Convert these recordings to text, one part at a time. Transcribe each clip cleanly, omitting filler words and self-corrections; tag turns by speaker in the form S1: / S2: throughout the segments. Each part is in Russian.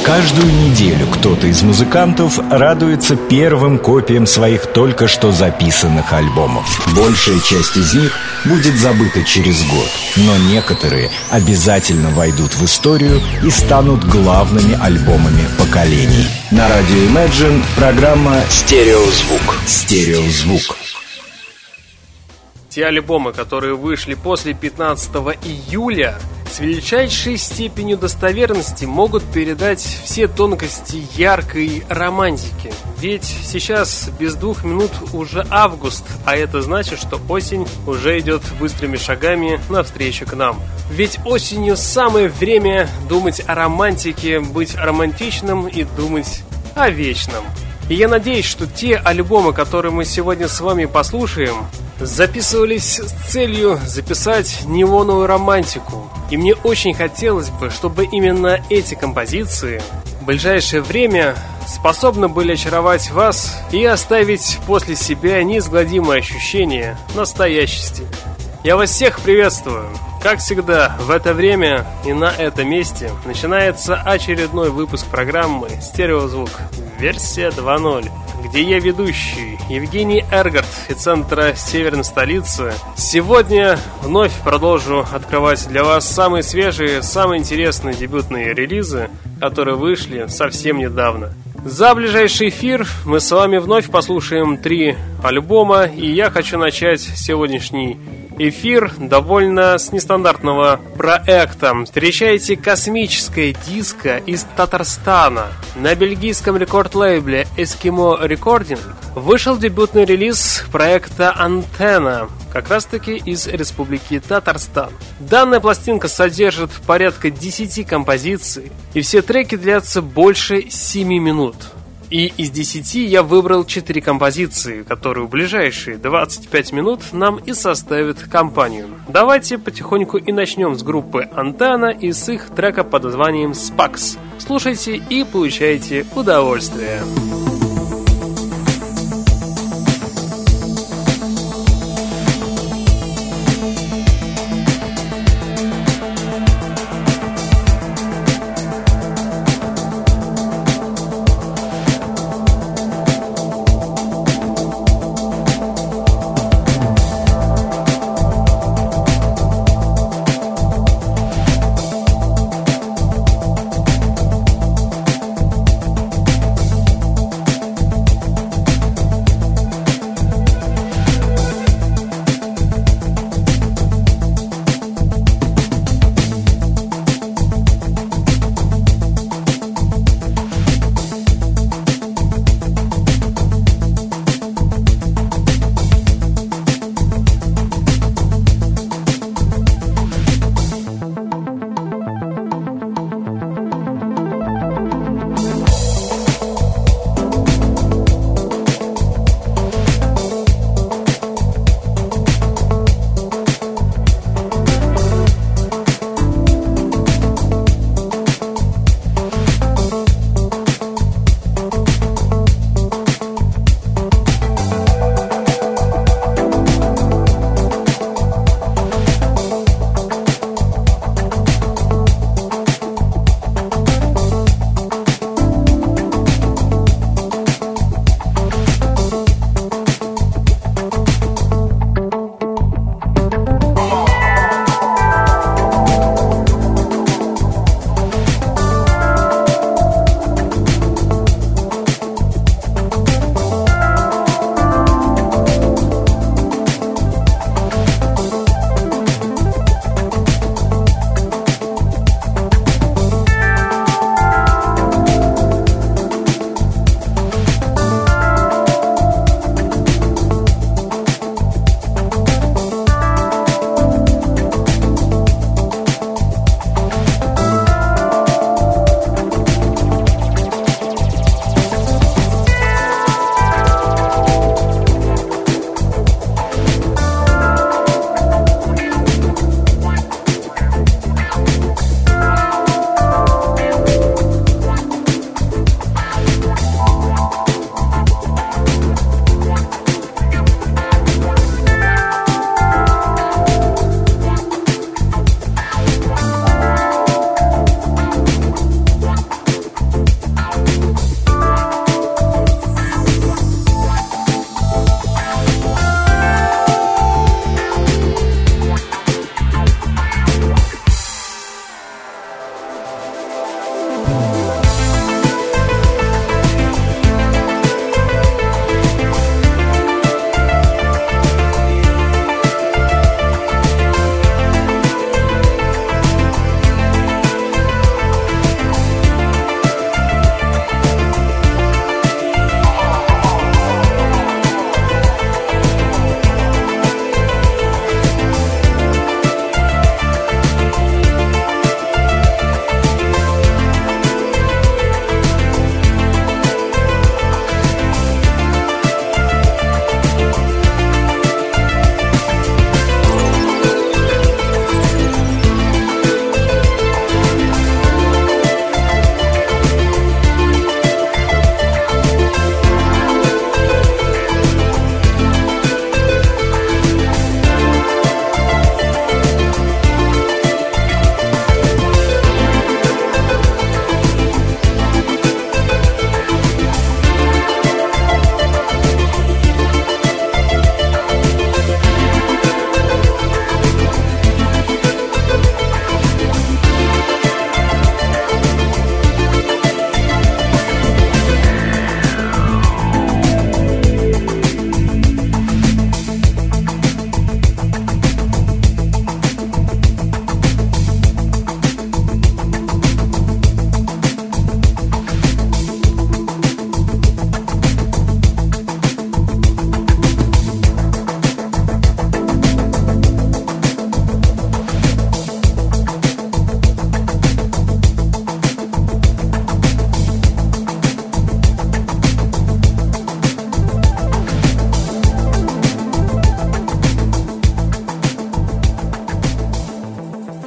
S1: Каждую неделю кто-то из музыкантов радуется первым копиям своих только что записанных альбомов. Большая часть из них будет забыта через год, но некоторые обязательно войдут в историю и станут главными альбомами поколений. На радио Imagine программа «Стереозвук». «Стереозвук».
S2: Те альбомы, которые вышли после 15 июля, с величайшей степенью достоверности могут передать все тонкости яркой романтики. Ведь сейчас без 2 минут уже август, а это значит, что осень уже идет быстрыми шагами навстречу к нам. Ведь осенью самое время думать о романтике, быть романтичным и думать о вечном. И я надеюсь, что те альбомы, которые мы сегодня с вами послушаем, записывались с целью записать неоновую романтику. И мне очень хотелось бы, чтобы именно эти композиции в ближайшее время способны были очаровать вас и оставить после себя неизгладимое ощущение настоящести. Я вас всех приветствую! Как всегда, в это время и на этом месте начинается очередной выпуск программы «Стереозвук», версия 2.0, где я ведущий Евгений Эргард из центра северной столицы. Сегодня вновь продолжу открывать для вас самые свежие, самые интересные дебютные релизы, которые вышли совсем недавно. За ближайший эфир мы с вами вновь послушаем 3 альбома, и я хочу начать сегодняшний эфир довольно с нестандартного проекта. Встречайте космическое диско из Татарстана. На бельгийском рекорд-лейбле Eskimo Recording вышел дебютный релиз проекта «Антенна», как раз таки из Республики Татарстан. Данная пластинка содержит порядка 10 композиций, и все треки длятся больше 7 минут. И из 10 я выбрал 4 композиции, которые в ближайшие 25 минут нам и составят компанию. Давайте потихоньку и начнем с группы «Антенна» и с их трека под названием «Spax». Слушайте и получайте удовольствие.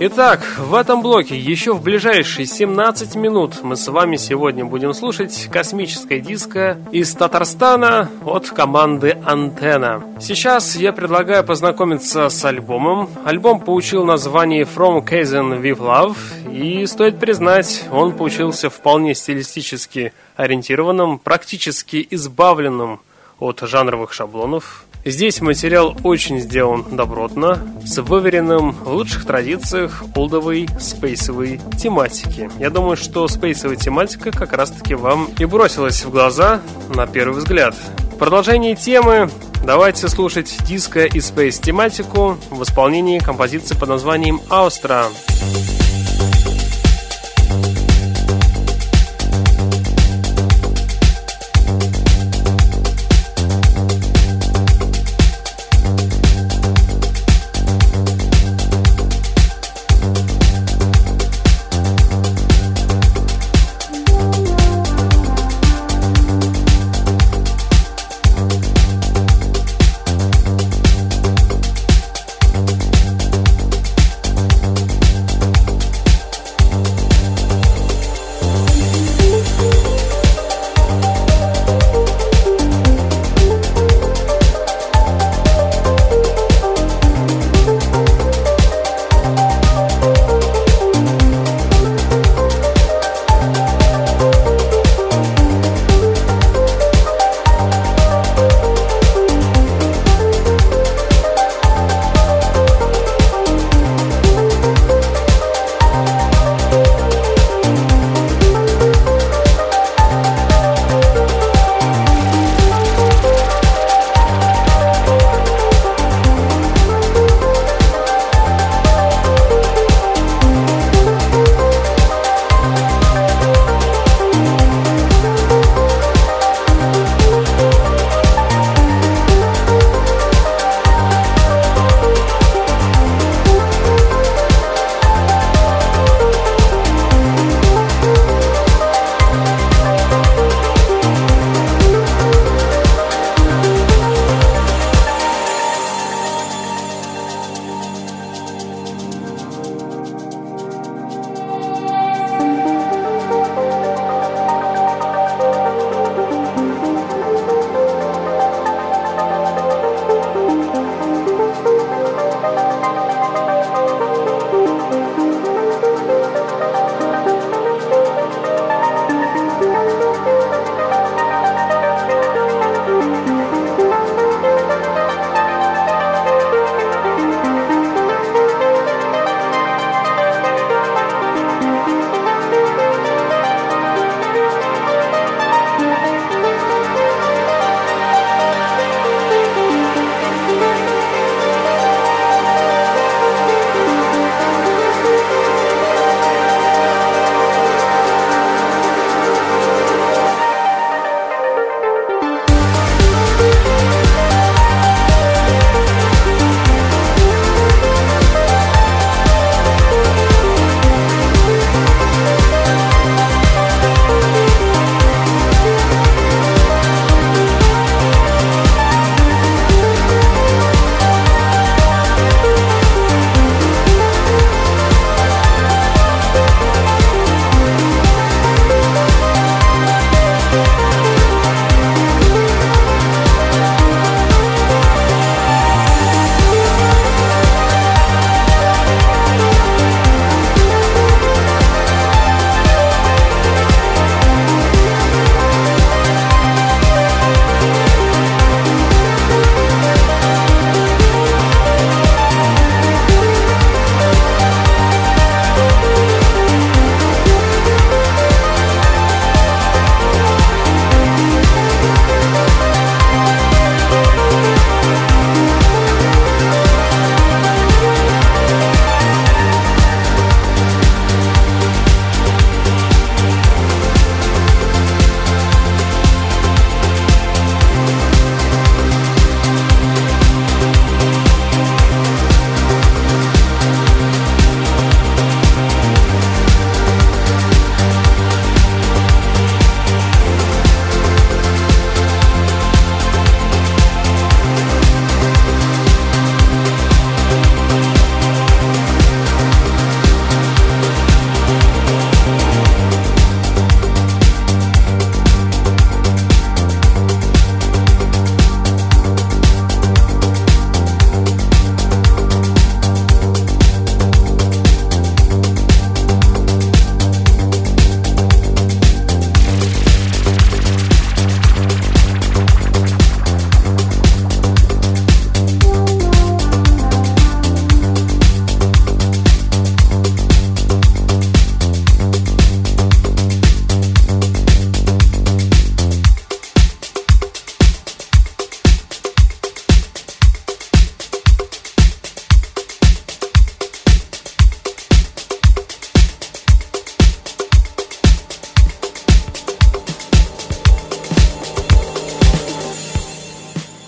S2: Итак, в этом блоке еще в ближайшие 17 минут мы с вами сегодня будем слушать космическое диско из Татарстана от команды «Антенна». Сейчас я предлагаю познакомиться с альбомом. Альбом получил название «From Kaizen with Love», и стоит признать, он получился вполне стилистически ориентированным, практически избавленным от жанровых шаблонов. Здесь материал очень сделан добротно, с выверенным в лучших традициях олдовой спейсовой тематики. Я думаю, что спейсовая тематика как раз-таки вам и бросилась в глаза на первый взгляд. В продолжении темы давайте слушать диско и спейс тематику в исполнении композиции под названием «Аустра».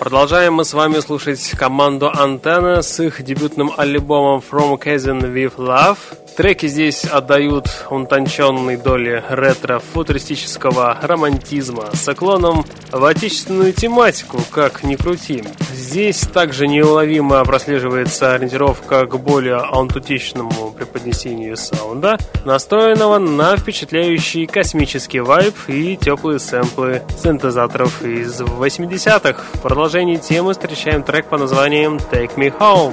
S2: Продолжаем мы с вами слушать команду Antenna с их дебютным альбомом From Cousin With Love. Треки здесь отдают утонченной доли ретро-футуристического романтизма с уклоном в отечественную тематику, как ни крути. Здесь также неуловимо прослеживается ориентировка к более аутентичному преподнесению саунда, настроенного на впечатляющий космический вайб и теплые сэмплы синтезаторов из 80-х. В продолжении темы встречаем трек по названием Take Me Home.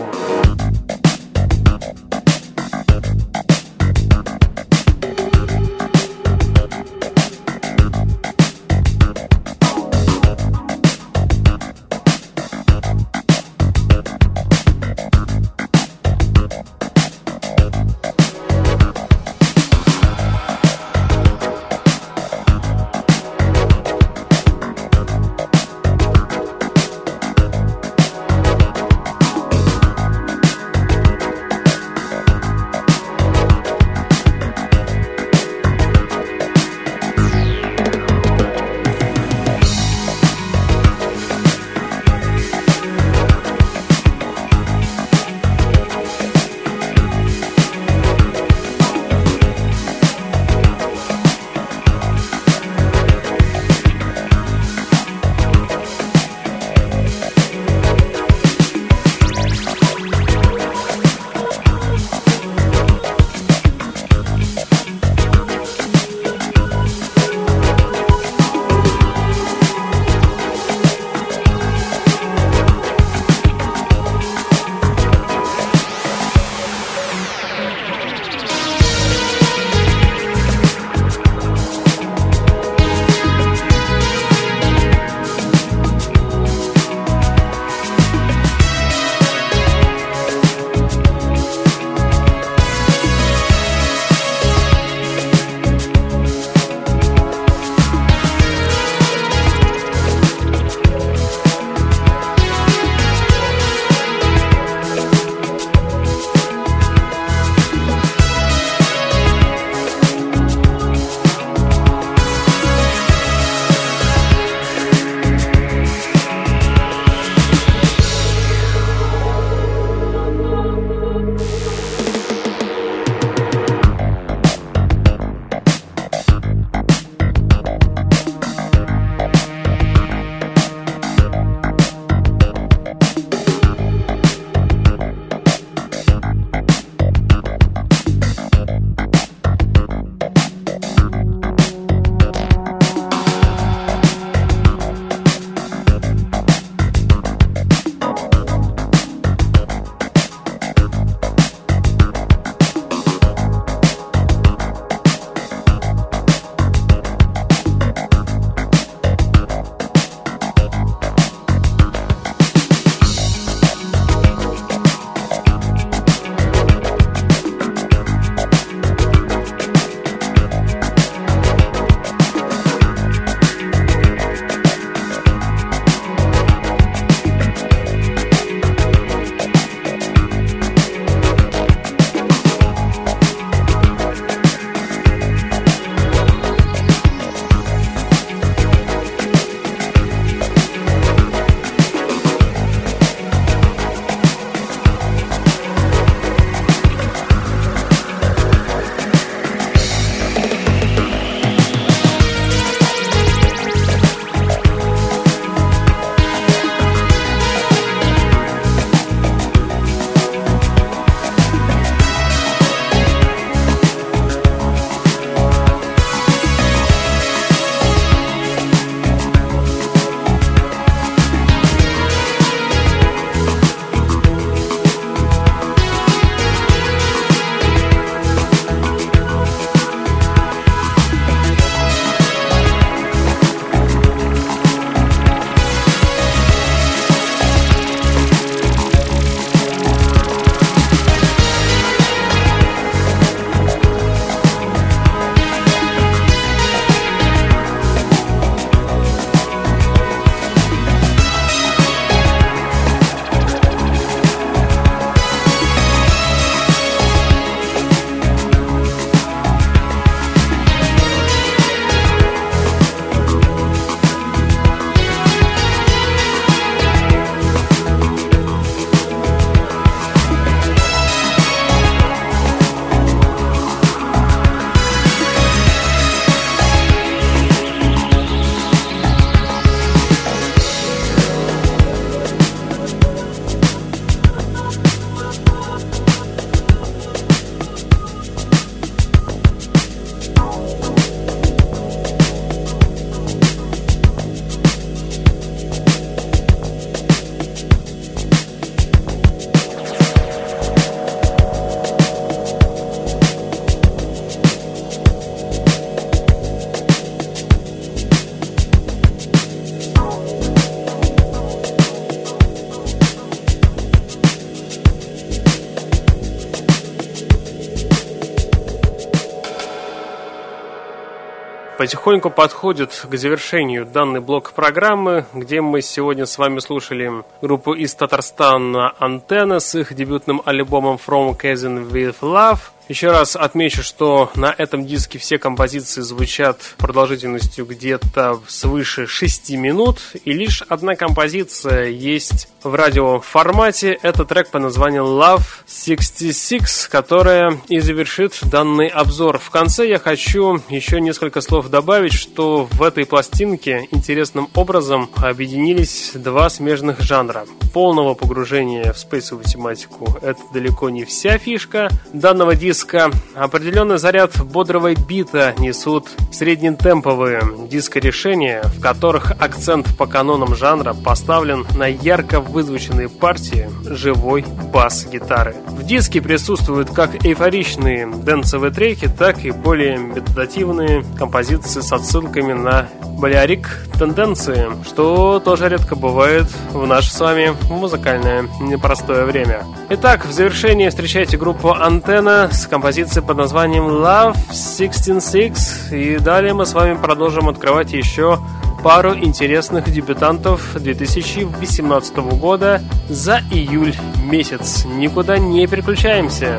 S2: потихоньку подходит к завершению данный блок программы, где мы сегодня с вами слушали группу из Татарстана «Антенна» с их дебютным альбомом «From Cousin with Love». Еще раз отмечу, что на этом диске все композиции звучат продолжительностью где-то свыше 6 минут, и лишь одна композиция есть в радиоформате. Это трек по названию Love 66, которая и завершит данный обзор. В конце я хочу еще несколько слов добавить, что в этой пластинке интересным образом объединились два смежных жанра. Полного погружения в спейсовую тематику — это далеко не вся фишка данного диска. Определенный заряд бодрого бита несут среднетемповые диско-решения, в которых акцент по канонам жанра поставлен на ярко вызвученные партии живой бас-гитары. В диске присутствуют как эйфоричные дэнсовые треки, так и более медитативные композиции с отсылками на болярик-тенденции, что тоже редко бывает в наше с вами музыкальное непростое время. Итак, в завершении встречайте группу «Антенна» с композицией под названием Love 66, и далее мы с вами продолжим открывать еще пару интересных дебютантов 2018 года за июль месяц. Никуда не переключаемся.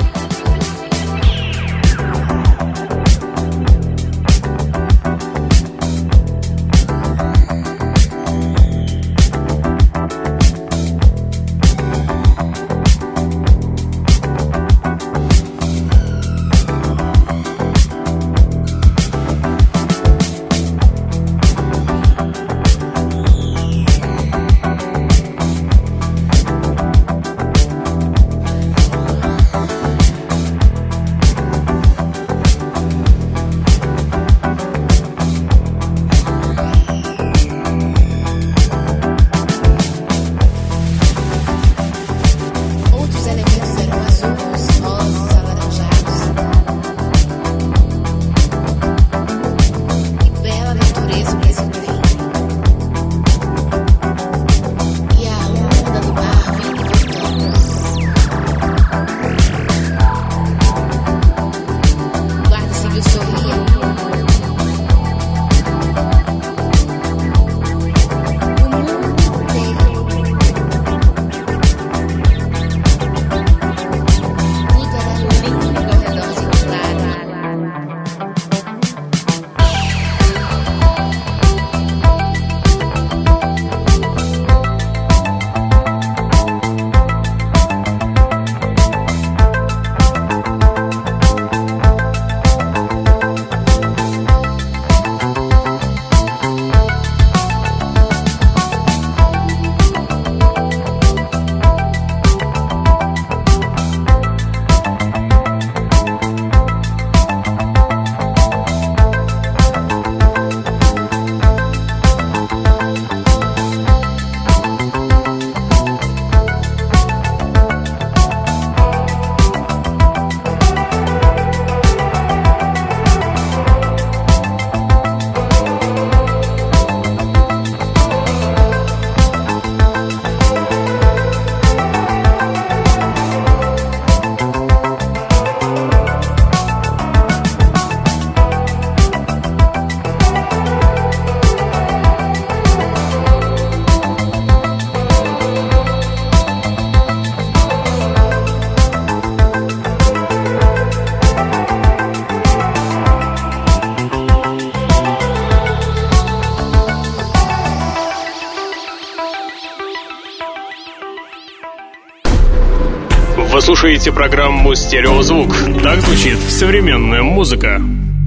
S3: Вы слушаете программу «Стереозвук». Так звучит современная музыка.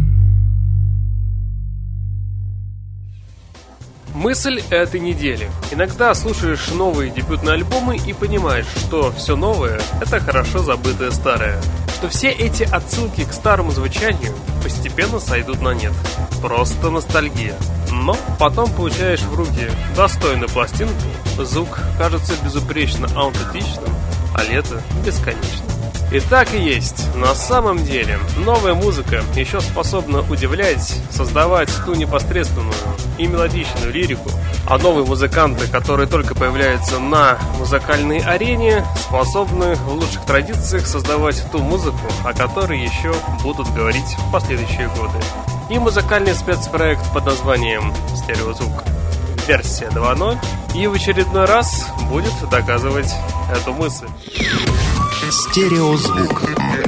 S2: Мысль этой недели. Иногда слушаешь новые дебютные альбомы и понимаешь, что все новое — это хорошо забытое старое. Что все эти отсылки к старому звучанию постепенно сойдут на нет. Просто ностальгия. Но потом получаешь в руки достойную пластинку, звук кажется безупречно аутентичным, а лето бесконечно. И так и есть. На самом деле, новая музыка еще способна удивлять, создавать ту непосредственную и мелодичную лирику, а новые музыканты, которые только появляются на музыкальной арене, способны в лучших традициях создавать ту музыку, о которой еще будут говорить в последующие годы. и музыкальный спецпроект под названием «Стереозвук. Версия 2.0», и в очередной раз будет доказывать эту мысль.
S1: Стереозвук.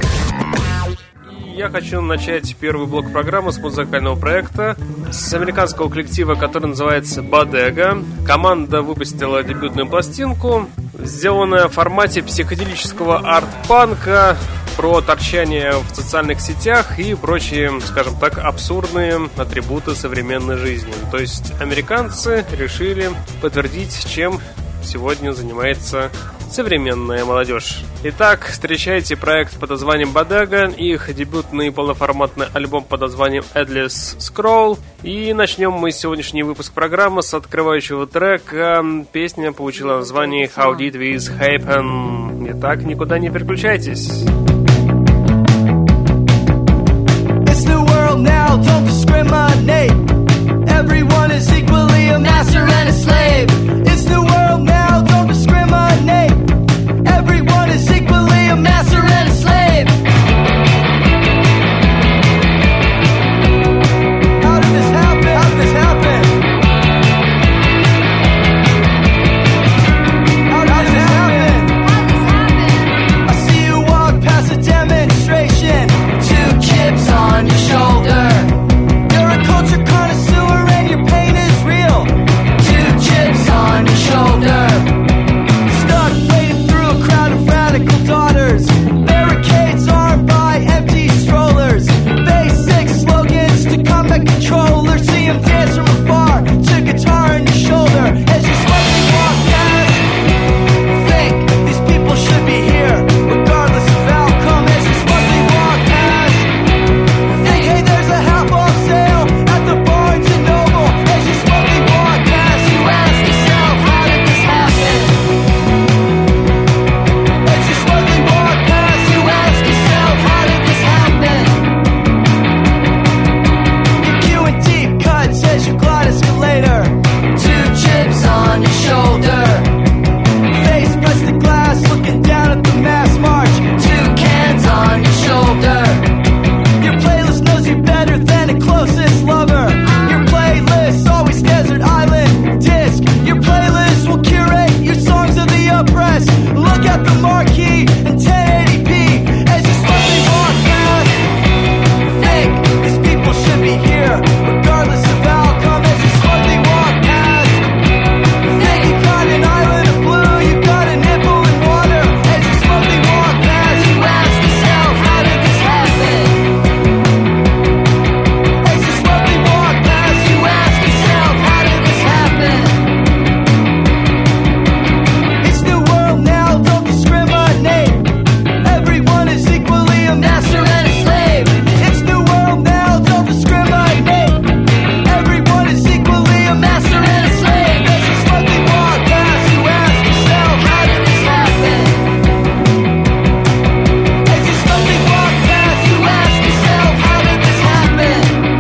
S2: Я хочу начать первый блок программы с музыкального проекта, с американского коллектива, который называется Bodega. Команда выпустила дебютную пластинку, сделанная в формате психоделического арт-панка, про торчание в социальных сетях и прочие, скажем так, абсурдные атрибуты современной жизни. То есть американцы решили подтвердить, чем сегодня занимается современная молодежь. Итак, встречайте проект под названием Bodega, их дебютный полноформатный альбом под названием Endless Scroll. И начнем мы сегодняшний выпуск программы с открывающего трека. Песня получила название How Did This Happen? Итак, никуда не переключайтесь.
S4: Now don't discriminate. Everyone is equally a master and a slave. It's the world now, don't discriminate. Everyone is equally a master and a slave. How did this happen? How did this happen? How did this happen? How did this happen? I see you walk past a demonstration. Two chips on your shoulder. You're a culture connoisseur and your pain is real. Two chips on your shoulder. Stuck wading through a crowd of radical daughters. Barricades armed by empty strollers. Basic slogans to combat controllers. See them dance from afar to guitar on your shoulder. As you slowly walk past, think these people should be here, regardless of outcome. As you slowly walk past, think, hey, there's a half-off sale at the Barnes & Noble. As you slowly walk past, you ask yourself, how did this happen? As you slowly walk past, you ask yourself, how did this happen? You're queuing deep cuts as you glide escalator. Two chips on your shoulder. Face pressed to glass, looking down at the mass march. Two cans on your shoulder. Your playlist knows you better than a closest lover. Your playlist always desert island disc. Your playlist will curate your songs of the oppressed. Look at the marquee in 1080p as you slowly walk past. Think these people should be here, regardless of outcome. As you slowly walk past, think you got an island of blue, you got a nipple in water. As you slowly walk past, you ask yourself, how did this happen? As you slowly walk past, you ask yourself, how did this happen? It's the world now, don't discriminate. Everyone is equally a master and a slave. It's the world now, don't discriminate. Everyone is equally a master and a slave. As you slowly walk past, you ask yourself, how did this happen? As you slowly walk past, you ask yourself, how did this happen?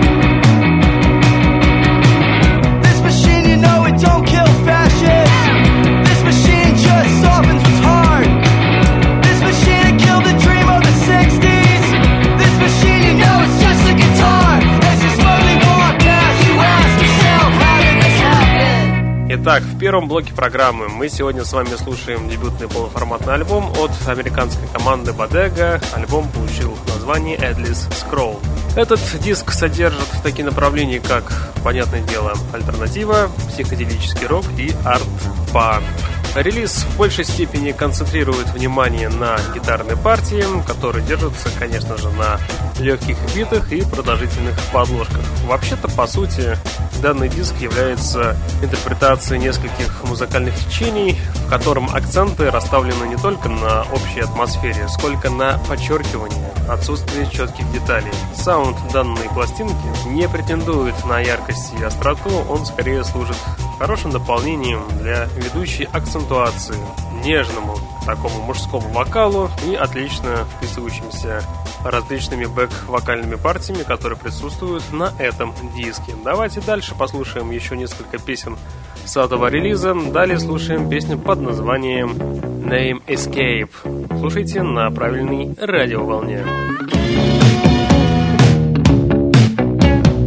S4: This machine, you know it don't kill fascists. This machine just softens what's hard. This machine, it killed the dream of the 60s. This machine, you know it's just a guitar. As you slowly walk past, you ask yourself, how did this happen?
S2: Итак, в первом блоке программы мы сегодня с вами слушаем дебютный полноформатный альбом от американской команды Bodega. Альбом получил название Endless Scroll. Этот диск содержит такие направления, как, понятное дело, альтернатива, психоделический рок и арт-панк. Релиз в большей степени концентрирует внимание на гитарной партии, которые держатся, конечно же, на легких битах и продолжительных подложках. Вообще-то, по сути, данный диск является интерпретацией нескольких музыкальных течений, в котором акценты расставлены не только на общей атмосфере, сколько на подчеркивании отсутствия четких деталей. Саунд данной пластинки не претендует на яркость и остроту, он скорее служит хорошим дополнением для ведущей акцентуации, нежному такому мужскому вокалу и отлично вписывающимся различными бэк-вокальными партиями, которые присутствуют на этом диске. Давайте дальше послушаем еще несколько песен с этого релиза. Далее слушаем песню под названием Name Escape. Слушайте на правильной радиоволне.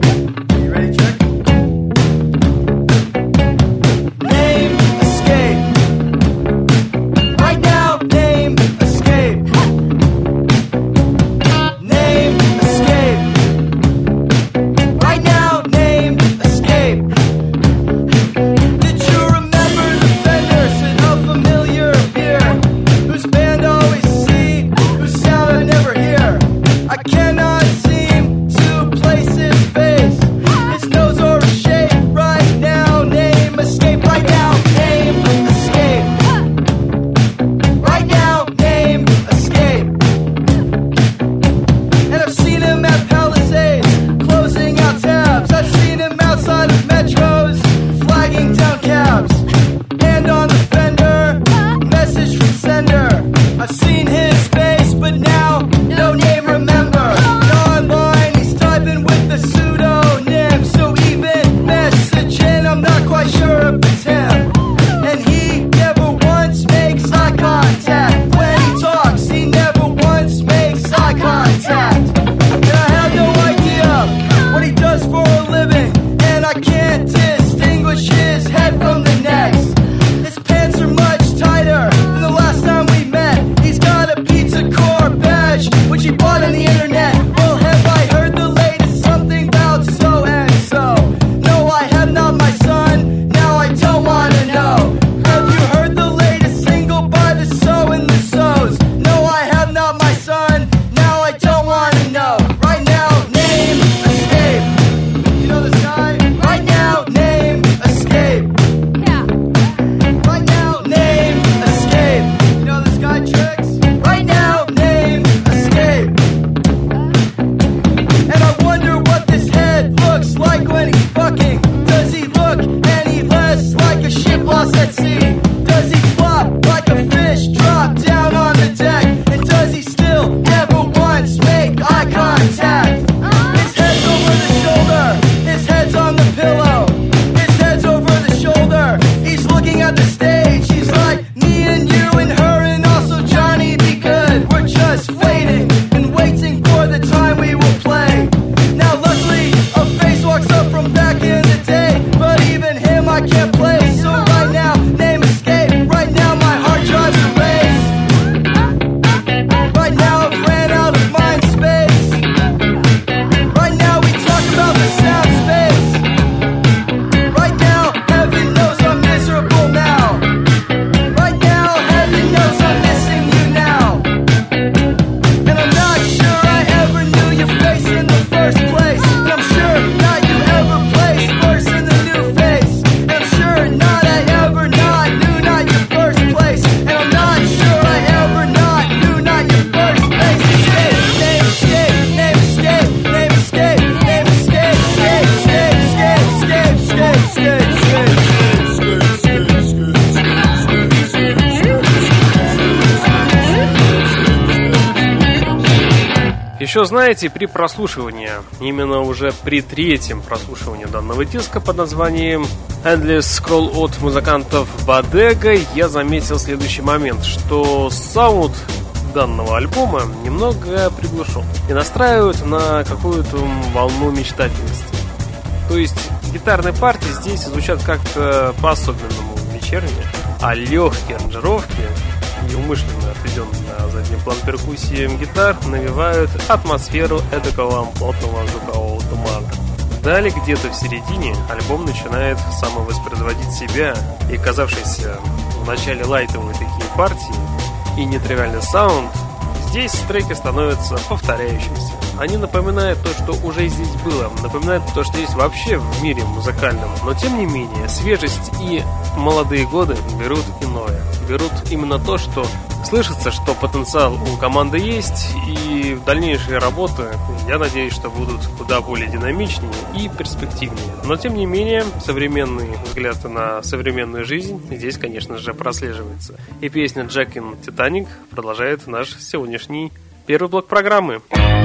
S2: еще знаете, при прослушивании, именно уже при третьем прослушивании данного диска под названием Endless Scroll от музыкантов Bodega, я заметил следующий момент, что саунд данного альбома немного приглушен и настраивают на какую-то волну мечтательности. То есть гитарные партии здесь звучат как-то по-особенному вечерние, а легкие аранжировки и умышленно отведенные на задний план перкуссии гитар навевают атмосферу эдакого плотного звукового тумана. Далее, где-то в середине, альбом начинает самовоспроизводить себя, и казавшиеся в начале лайтовые такие партии и нетривиальный саунд здесь треки становятся повторяющимися. Они напоминают то, что уже здесь было, напоминают то, что есть вообще в мире музыкальном. Но тем не менее, свежесть и молодые годы берут иное. Берут именно то, что слышится, что потенциал у команды есть, и дальнейшие работы, я надеюсь, что будут куда более динамичнее и перспективнее. Но тем не менее, современный взгляд на современную жизнь здесь, конечно же, прослеживается. И песня «Jack in Titanic» продолжает наш сегодняшний первый блок программы.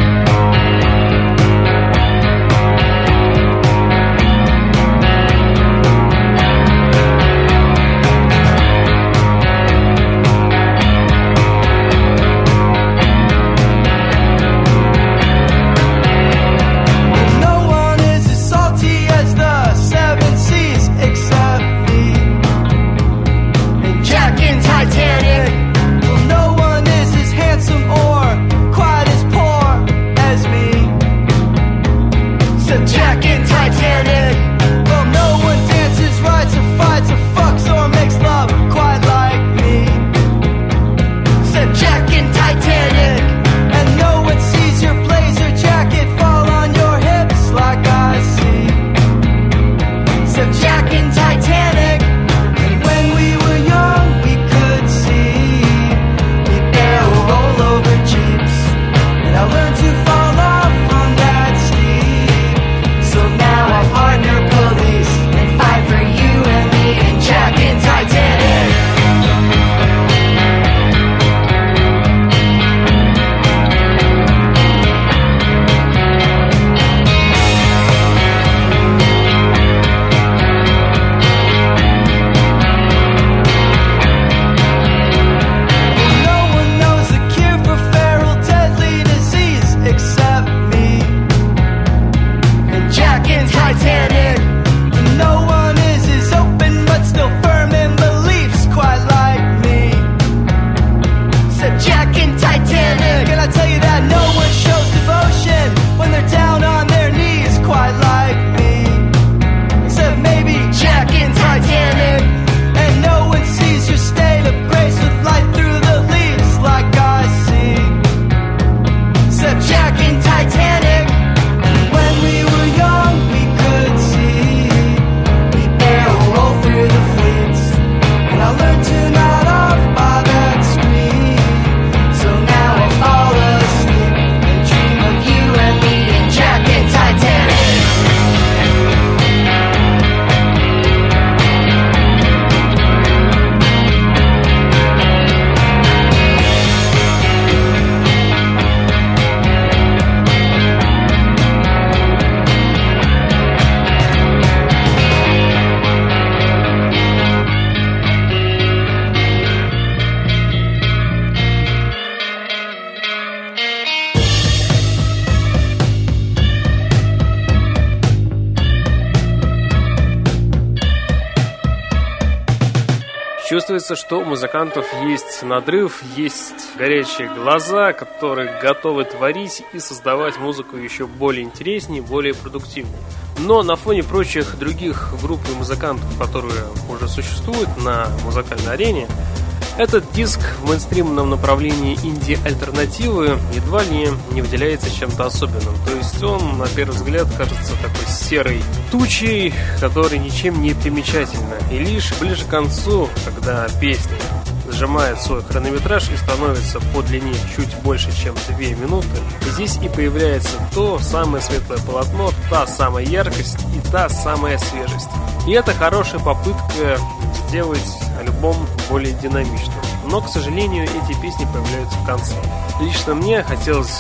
S2: Чувствуется, что у музыкантов есть надрыв, есть горячие глаза, которые готовы творить и создавать музыку еще более интереснее, более продуктивнее. Но на фоне прочих других групп и музыкантов, которые уже существуют на музыкальной арене, этот диск в мейнстримном направлении инди-альтернативы едва ли не выделяется чем-то особенным. То есть он, на первый взгляд, кажется такой серой тучей, которая ничем не примечательна. И лишь ближе к концу, когда песня сжимает свой хронометраж и становится по длине чуть больше, чем 2 минуты, здесь и появляется то самое светлое полотно, та самая яркость и та самая свежесть. И это хорошая попытка сделать альбом более динамичным. Но, к сожалению, эти песни появляются в конце. Лично мне хотелось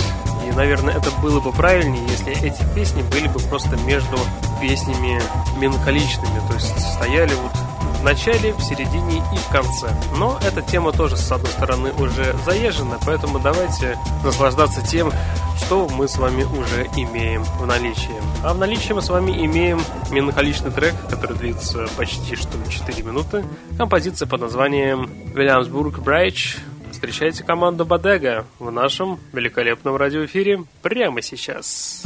S2: И, наверное, это было бы правильнее, если эти песни были бы просто между песнями меланхоличными, то есть стояли вот в начале, в середине и в конце. Но эта тема тоже, с одной стороны, уже заезжена, поэтому давайте наслаждаться тем, что мы с вами уже имеем в наличии. А в наличии мы с вами имеем меланхоличный трек, который длится почти что 4 минуты. Композиция под названием «Williamsburg Bridge». Встречайте команду Bodega в нашем великолепном радиоэфире прямо сейчас.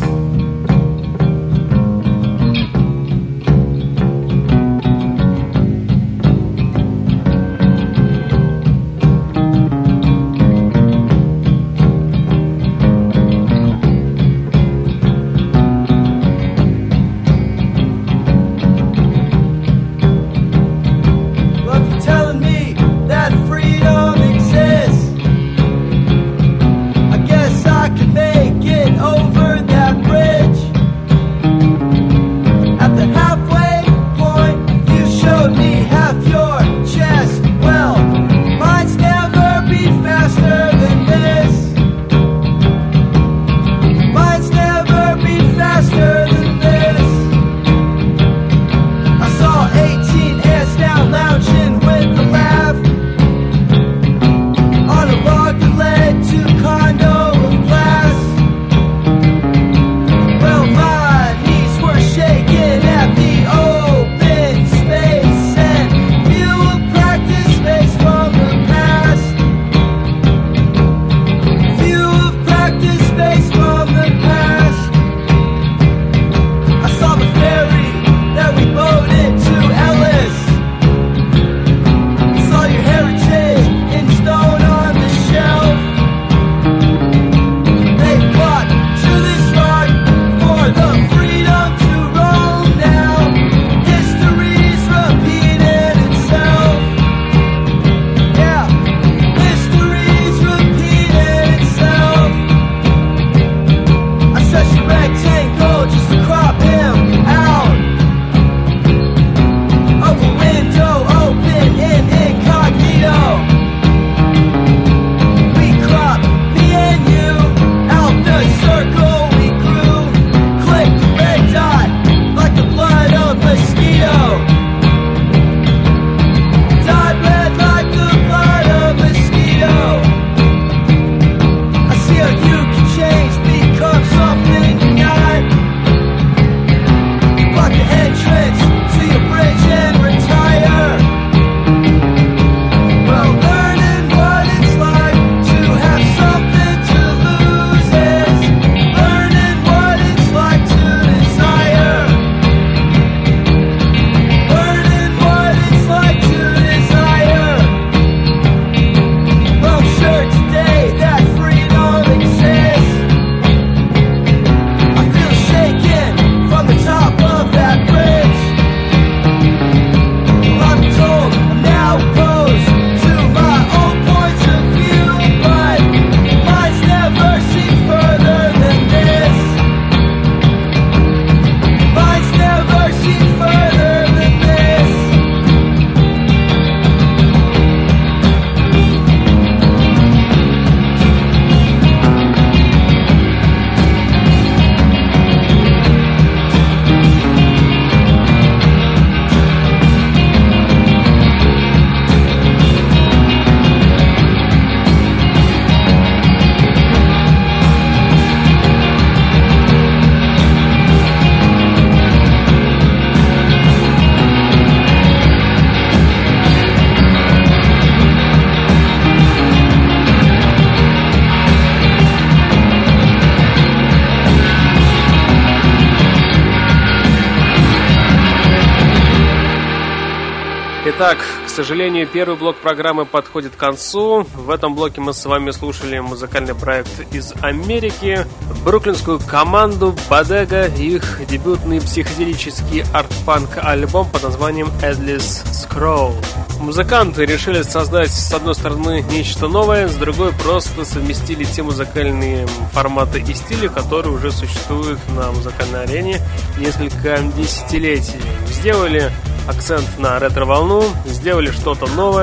S2: Итак, к сожалению, первый блок программы подходит к концу. В этом блоке мы с вами слушали музыкальный проект из Америки, бруклинскую команду Bodega, их дебютный психоделический арт-панк альбом под названием Endless Scroll. Музыканты решили создать, с одной стороны, нечто новое, с другой просто совместили те музыкальные форматы и стили, которые уже существуют на музыкальной арене несколько десятилетий. Сделали акцент на ретро-волну, сделали что-то новое,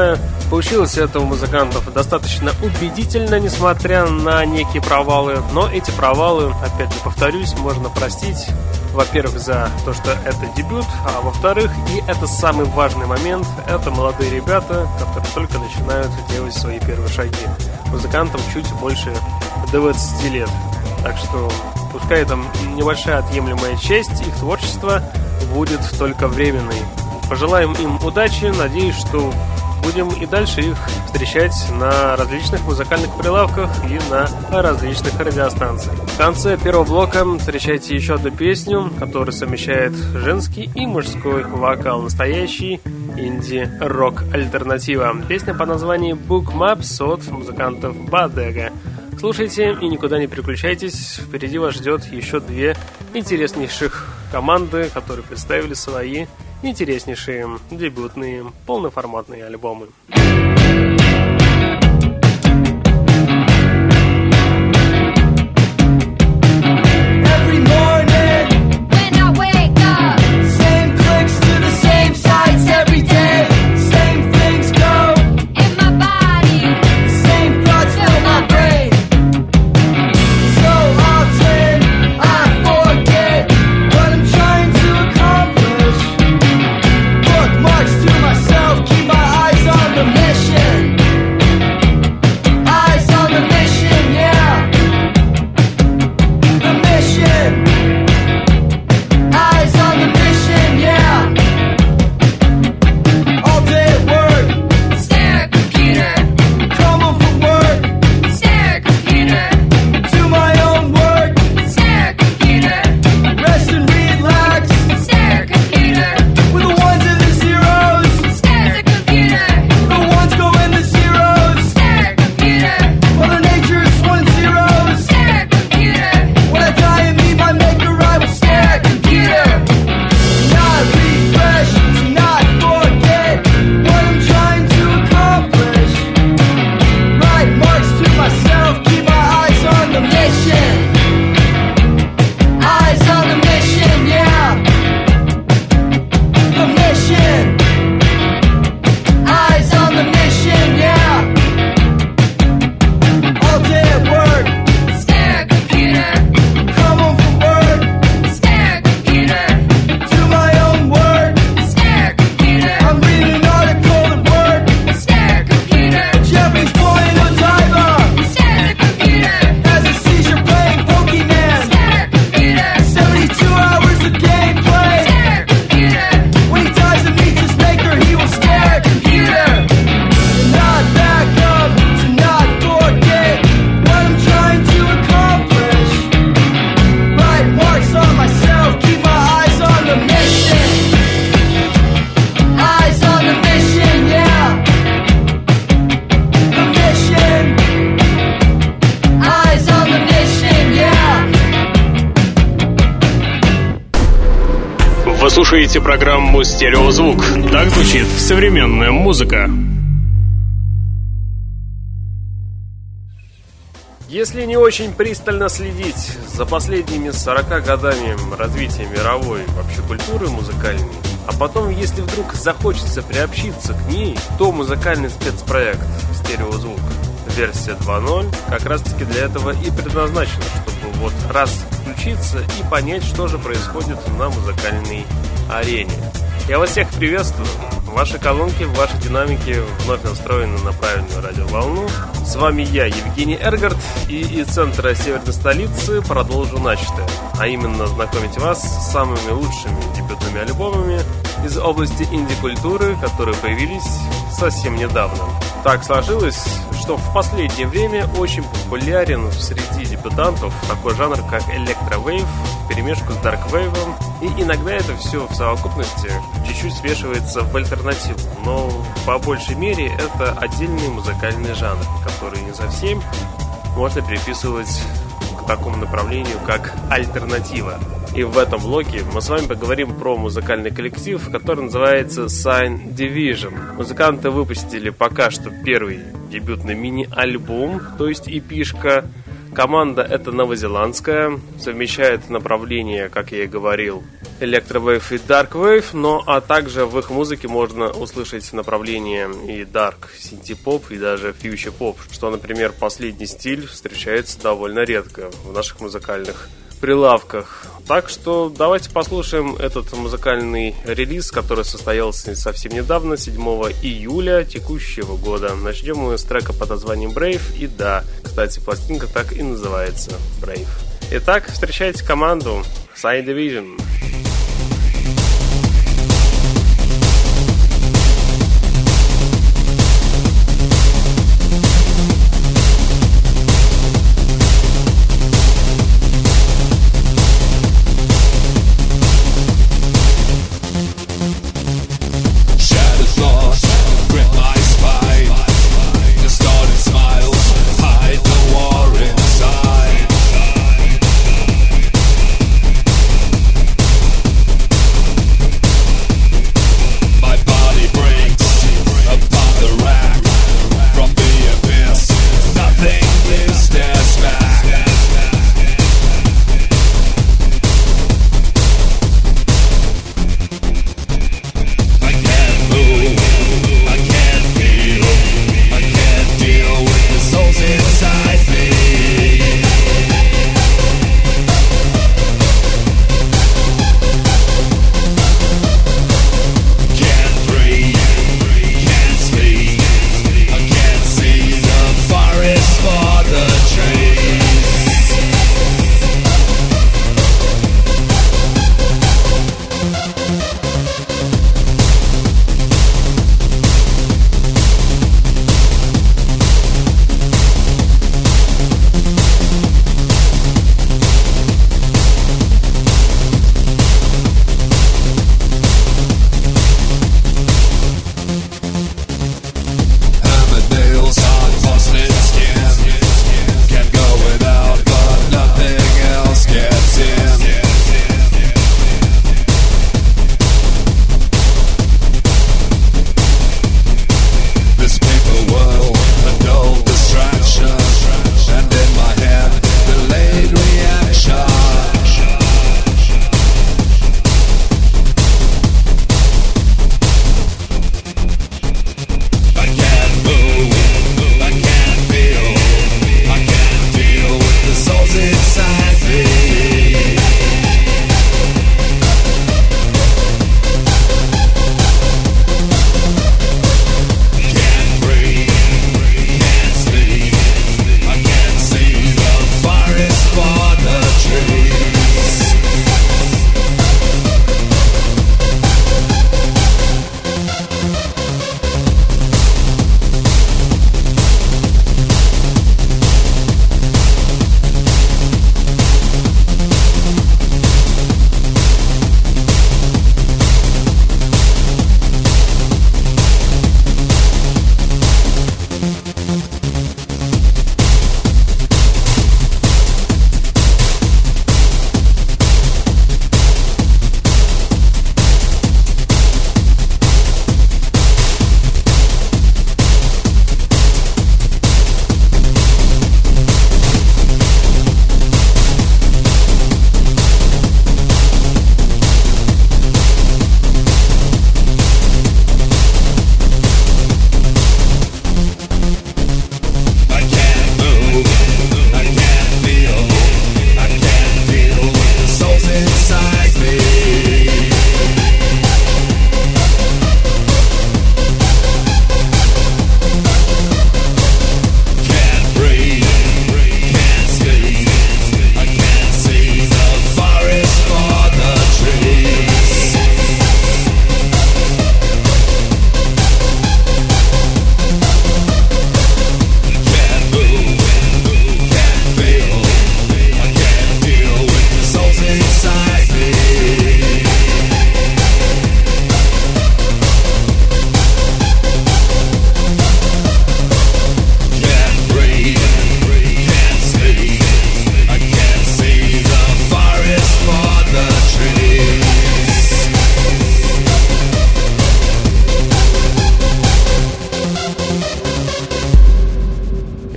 S2: Получилось это у музыкантов достаточно убедительно, несмотря на некие провалы. Но эти провалы, опять же повторюсь, можно простить, во-первых, за то, что это дебют, а во-вторых, и это самый важный момент, это молодые ребята, которые только начинают делать свои первые шаги. Музыкантам чуть больше 20 лет. Так что пускай там небольшая отъемлемая часть их творчества будет только временной. Пожелаем им удачи, надеюсь, что будем и дальше их встречать на различных музыкальных прилавках и на различных радиостанциях. В конце первого блока встречайте еще одну песню, которая совмещает женский и мужской вокал. Настоящий инди-рок альтернатива. Песня по названию Book Maps от музыкантов Bodega. Слушайте и никуда не переключайтесь. Впереди вас ждет еще две интереснейших команды, которые представили свои интереснейшие дебютные полноформатные альбомы.
S3: Слушаете программу «Стереозвук». Так звучит современная музыка.
S2: Если не очень пристально следить за последними 40 годами развития мировой вообще культуры музыкальной, а потом, если вдруг захочется приобщиться к ней, то музыкальный спецпроект «Стереозвук» версия 2.0 как раз-таки для этого и предназначена, чтобы вот раз включиться и понять, что же происходит на музыкальной арене. Я вас всех приветствую. Ваши колонки, ваши динамики вновь настроены на правильную радиоволну. С вами я, Евгений Эргард, и из центра северной столицы продолжу начатое, а именно знакомить вас с самыми лучшими дебютными альбомами из области инди-культуры, которые появились совсем недавно. Так сложилось, что в последнее время очень популярен среди дебютантов такой жанр, как электровейв, вперемешку с дарквейвом, и иногда это все в совокупности чуть-чуть смешивается в альтернативу, но по большей мере это отдельный музыкальный жанр, который не совсем можно приписывать к такому направлению, как альтернатива. И в этом блоке мы с вами поговорим про музыкальный коллектив, который называется Sign Division. Музыканты выпустили пока что первый дебютный мини-альбом, то есть EP-шка. Команда эта новозеландская, совмещает направление, как я и говорил, электровейв и дарквейв, но а также в их музыке можно услышать направление и дарк, синти-поп и даже фьючер-поп, что, например, последний стиль встречается довольно редко в наших музыкальных прилавках. Так что давайте послушаем этот музыкальный релиз, который состоялся совсем недавно, 7 июля текущего года. Начнем мы с трека под названием Brave. И да, кстати, пластинка так и называется Brave. Итак, встречайте команду Side Division.
S5: Inside.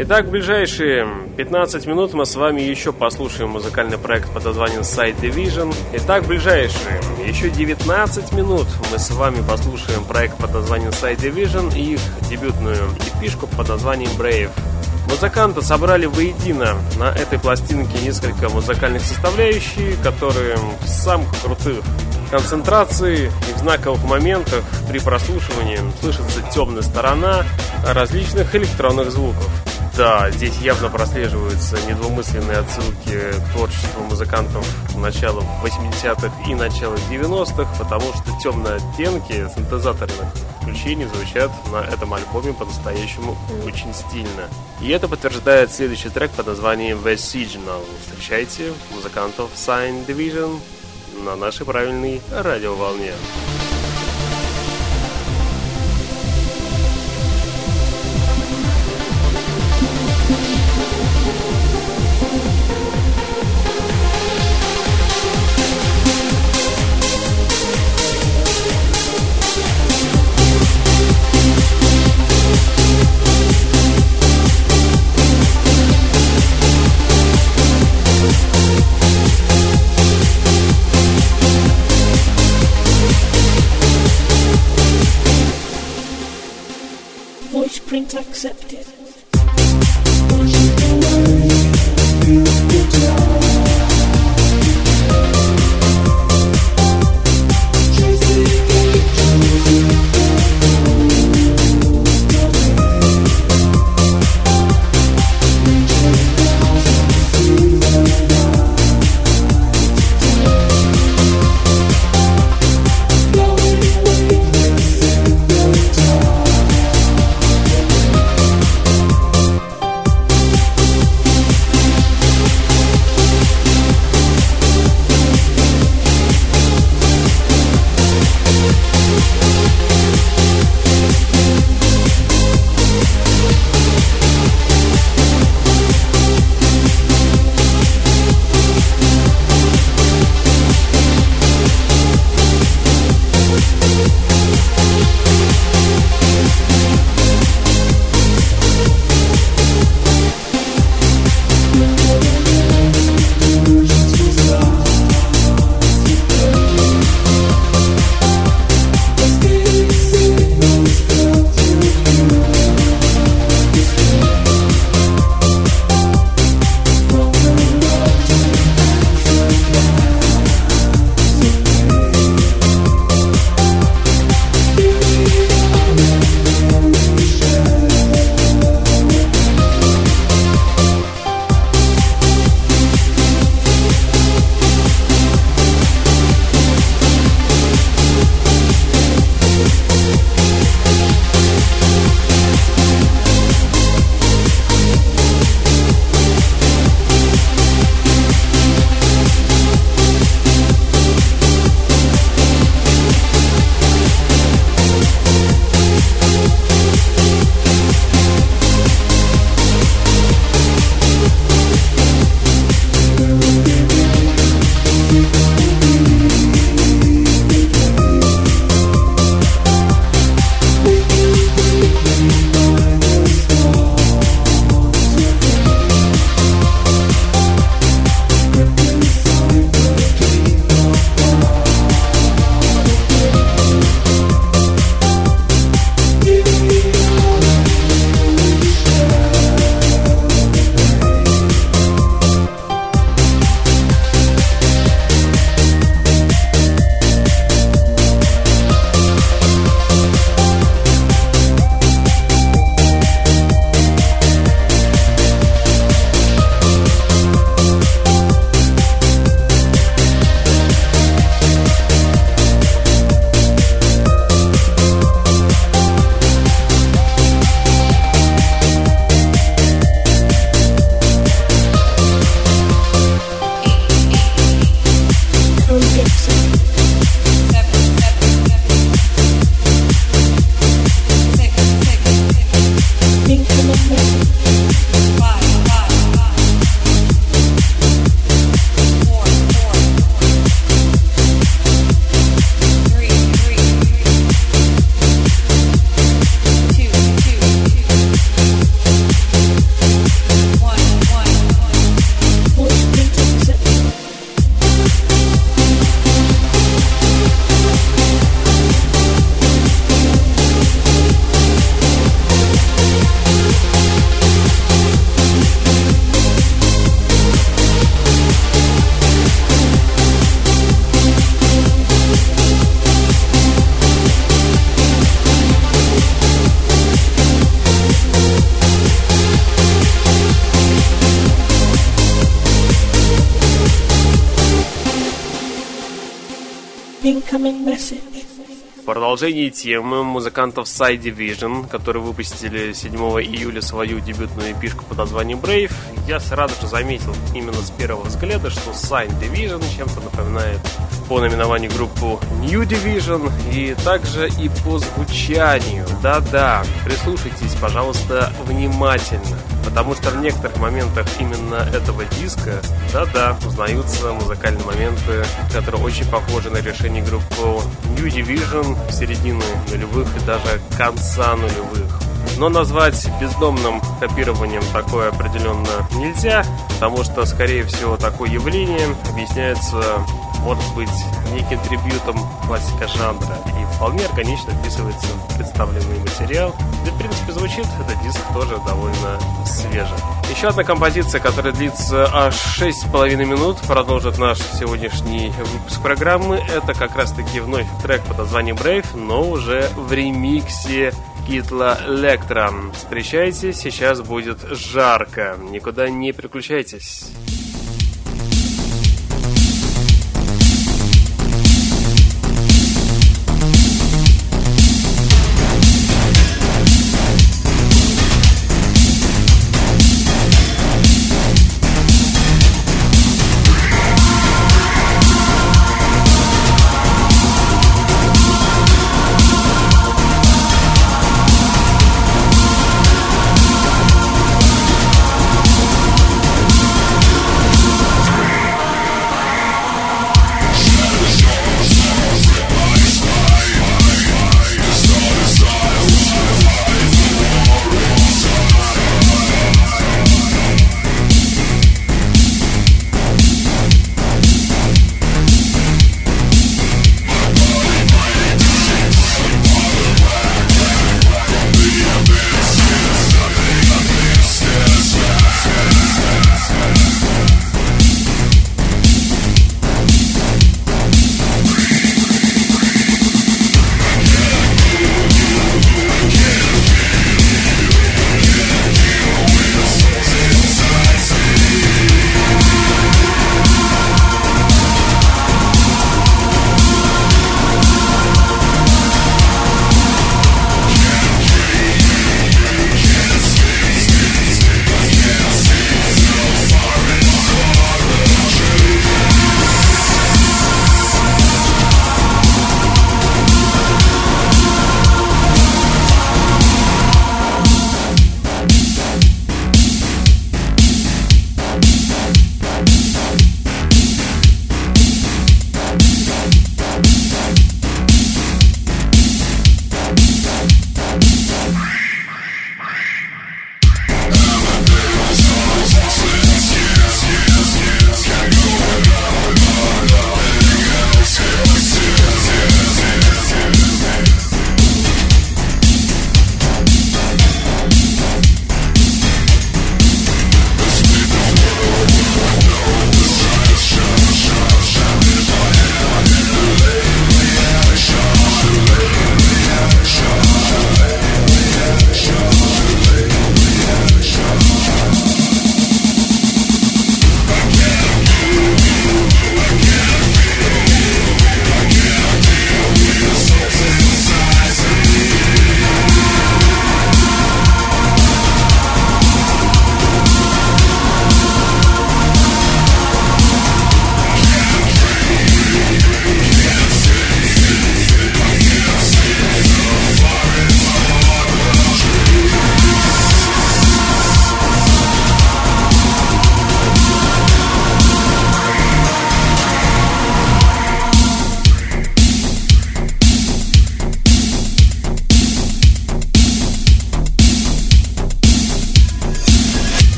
S2: Итак, в ближайшие 15 минут мы с вами еще послушаем музыкальный проект под названием Side Division. Итак, в ближайшие еще 19 минут мы с вами послушаем проект под названием Side Division и их дебютную эпишку под названием Brave. Музыканты собрали воедино на этой пластинке несколько музыкальных составляющих, которые в самых крутых концентрации и в знаковых моментах при прослушивании слышится темная сторона различных электронных звуков. Да, здесь явно прослеживаются недвусмысленные отсылки к творчеству музыкантов начала 80-х и начала 90-х, потому что темные оттенки синтезаторных включений звучат на этом альбоме по-настоящему очень стильно. И это подтверждает следующий трек под названием The Signal. Встречайте музыкантов Side Division на нашей правильной радиоволне.
S5: Print accepted. incoming message.
S2: В продолжении темы музыкантов Psy Division, которые выпустили 7 июля свою дебютную эпишку под названием Brave, я сразу же заметил именно с первого взгляда, что Psy Division чем-то напоминает по наименованию группу New Division и также и по звучанию. Да-да, прислушайтесь, пожалуйста, внимательно, потому что в некоторых моментах именно этого диска, да-да, узнаются музыкальные моменты, которые очень похожи на решение группы New Division середины нулевых и даже конца нулевых. Но назвать бездомным копированием такое определенно нельзя, потому что, скорее всего, такое явление объясняется, может быть, неким трибьютом классика жанра и вполне органично вписывается в представленный материал. Да, в принципе, звучит этот диск тоже довольно свеже. Еще одна композиция, которая длится аж 6,5 минут, продолжит наш сегодняшний выпуск программы. Это как раз-таки вновь трек под названием Brave, но уже в ремиксе Китла Лектора. Встречайте, сейчас будет жарко. Никуда не переключайтесь.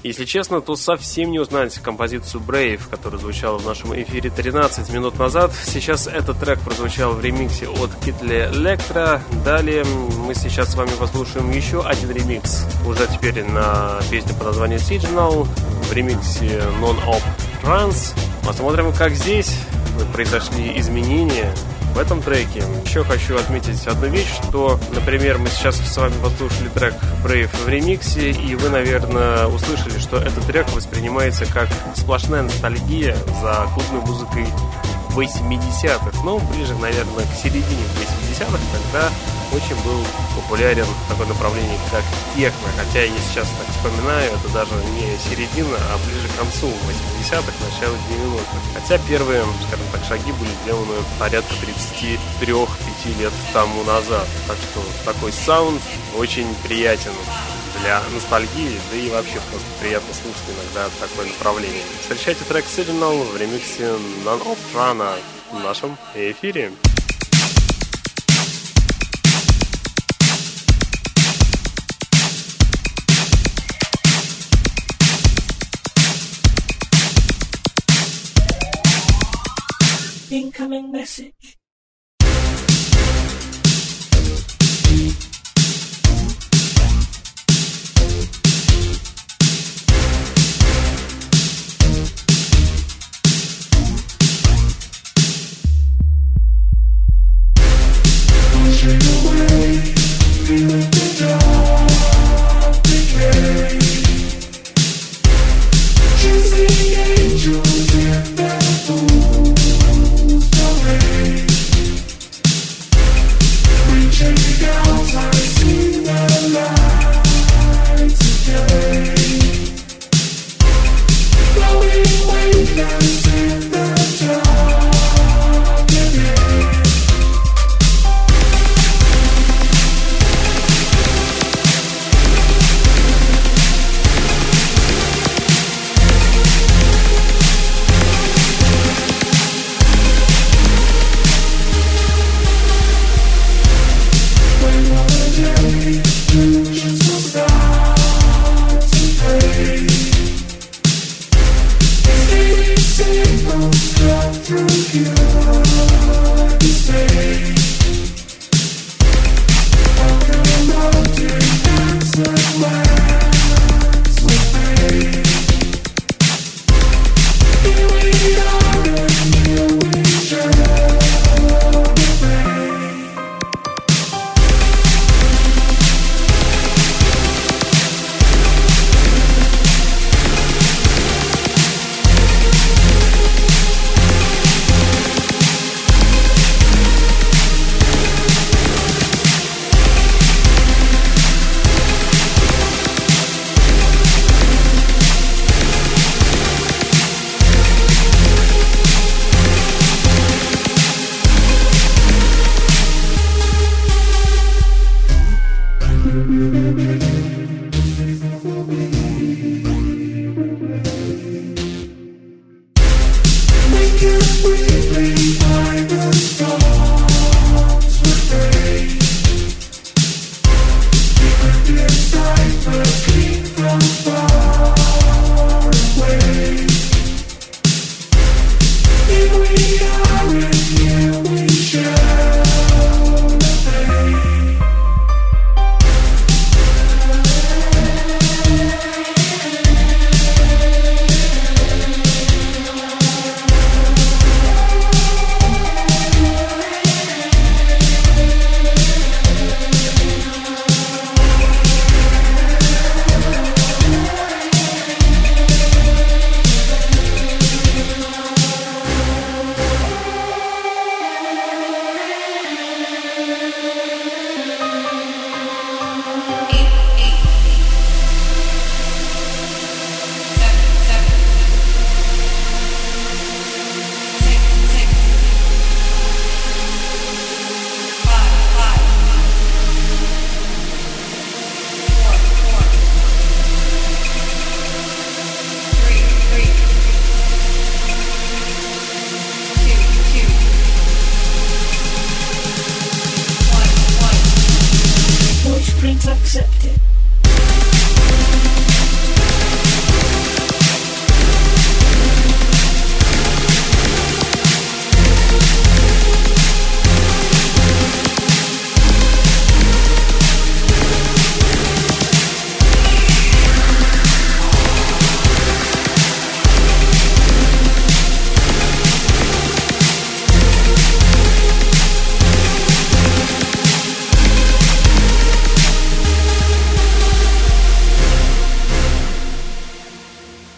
S2: Если честно, то совсем не узнать композицию Brave, которая звучала в нашем эфире 13 минут назад. Сейчас этот трек прозвучал в ремиксе от Китли Электро. Далее мы сейчас с вами послушаем еще один ремикс, уже теперь на песню под названием Signal, в ремиксе Non-Op Trance. Посмотрим, как здесь произошли изменения в этом треке. Еще хочу отметить одну вещь, что, например, мы сейчас с вами послушали трек Brave в ремиксе, и вы, наверное, услышали, что этот трек воспринимается как сплошная ностальгия за клубной музыкой 80-х, но ближе, наверное, к середине 80-х, когда очень был популярен такое направление, как техно. Хотя я сейчас так вспоминаю, это даже не середина, а ближе к концу 80-х, начало 90-х. Хотя первые, скажем так, шаги были сделаны порядка 33-5 лет тому назад. Так что такой саунд очень приятен для ностальгии, да и вообще просто приятно слушать иногда такое направление. Встречайте трек Signal в ремиксе Non-Op Trance в нашем эфире.
S5: Incoming message.
S6: Angels in their fools parade.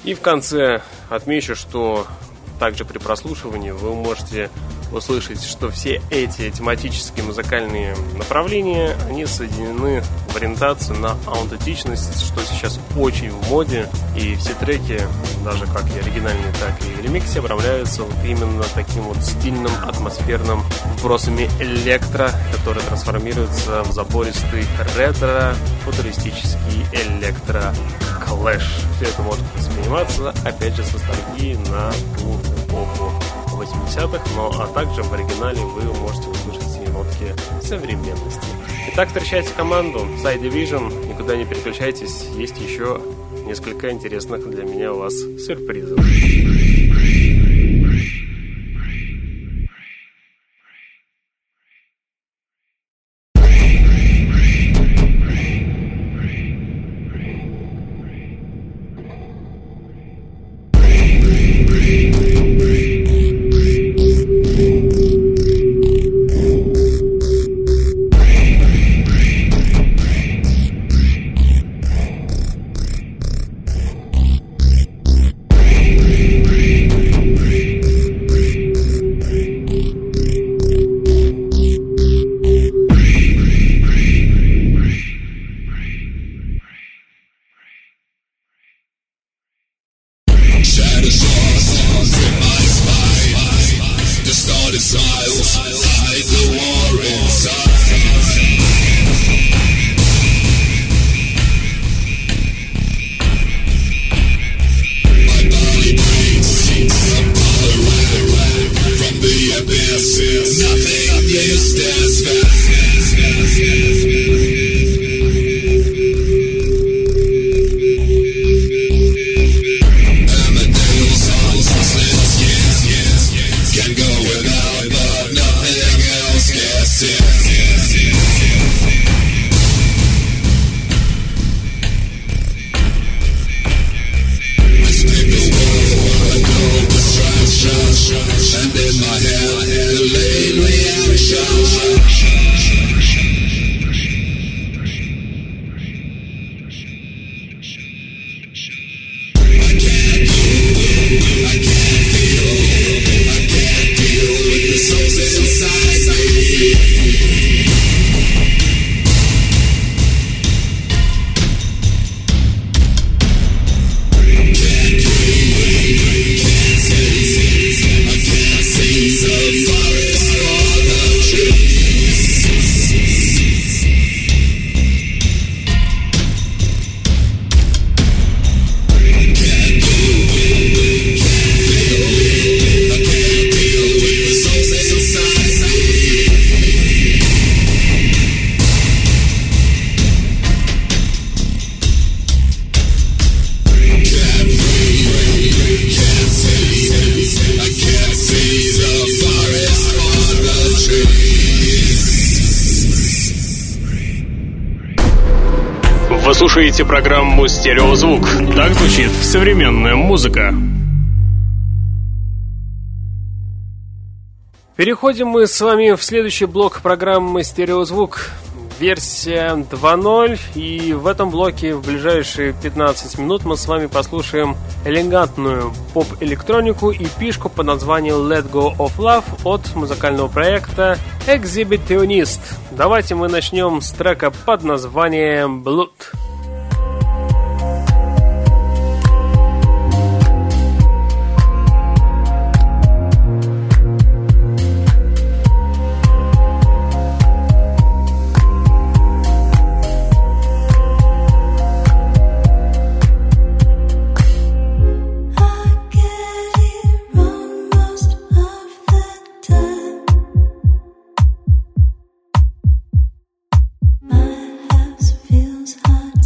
S2: И в конце отмечу, что также при прослушивании вы можете услышать, что все эти тематические музыкальные направления, они соединены в ориентацию на аутентичность, что сейчас очень в моде. И все треки, даже как и оригинальные, так и в ремиксе, обрамляются вот именно таким вот стильным, атмосферным вбросами электро, который трансформируется в забористый ретро, футуристический электро-клэш. Все это может восприниматься, опять же, с ностальгией на ту эпоху 80-х, а также в оригинале вы можете услышать и нотки современности. Итак, встречайте команду Side Division, никуда не переключайтесь, есть еще несколько интересных для меня у вас сюрпризов.
S3: Вы слушаете программу «Стереозвук». Так звучит современная музыка.
S2: Переходим мы с вами в следующий блок программы «Стереозвук». Версия 2.0. И в этом блоке в ближайшие 15 минут мы с вами послушаем элегантную поп-электронику и пишку под названием Let Go of Love от музыкального проекта Exhibitionist. Давайте мы начнем с трека под названием Blood.
S6: My house feels hot.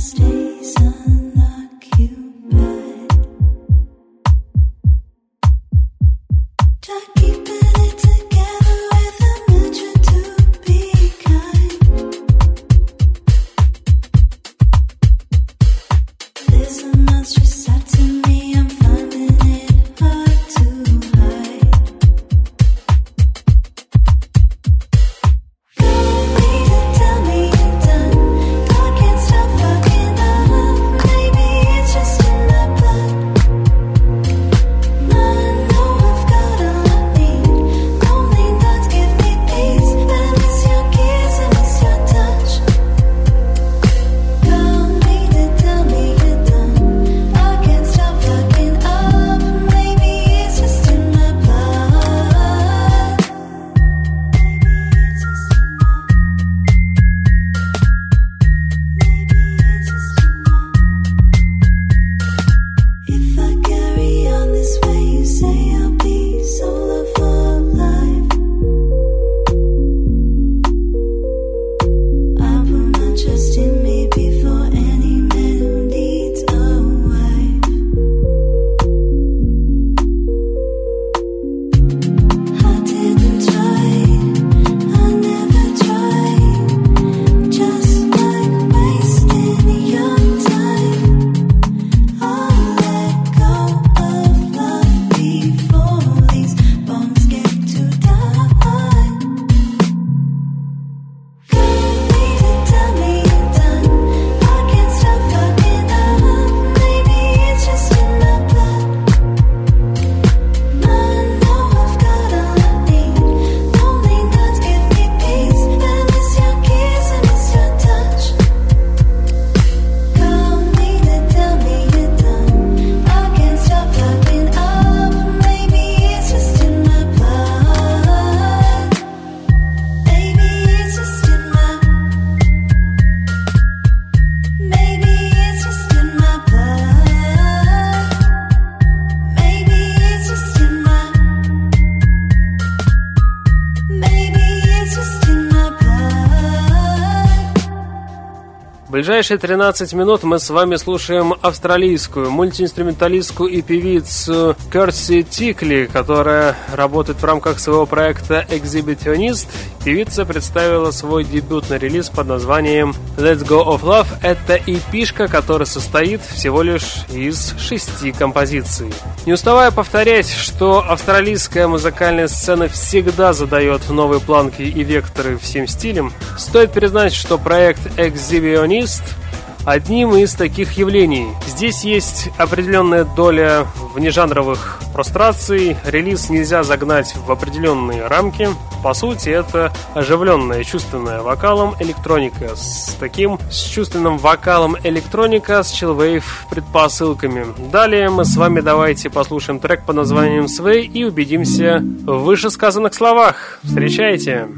S2: ближайшие 13 минут мы с вами слушаем австралийскую мультиинструменталистку и певицу Керси Тикли, которая работает в рамках своего проекта Exhibitionist. Певица представила свой дебютный релиз под названием Let's Go of Love. Это эпишка, которая состоит всего лишь из 6 композиций. Не уставая повторять, что австралийская музыкальная сцена всегда задает новые планки и векторы всем стилям, стоит признать, что проект Exhibitionist одним из таких явлений. Здесь есть определенная доля внежанровых простраций, релиз нельзя загнать в определенные рамки. По сути, это оживленная, чувственная вокалом электроника. С чувственным вокалом электроника с chillwave предпосылками. Далее мы с вами давайте послушаем трек под названием Sway и убедимся в вышесказанных словах. Встречайте!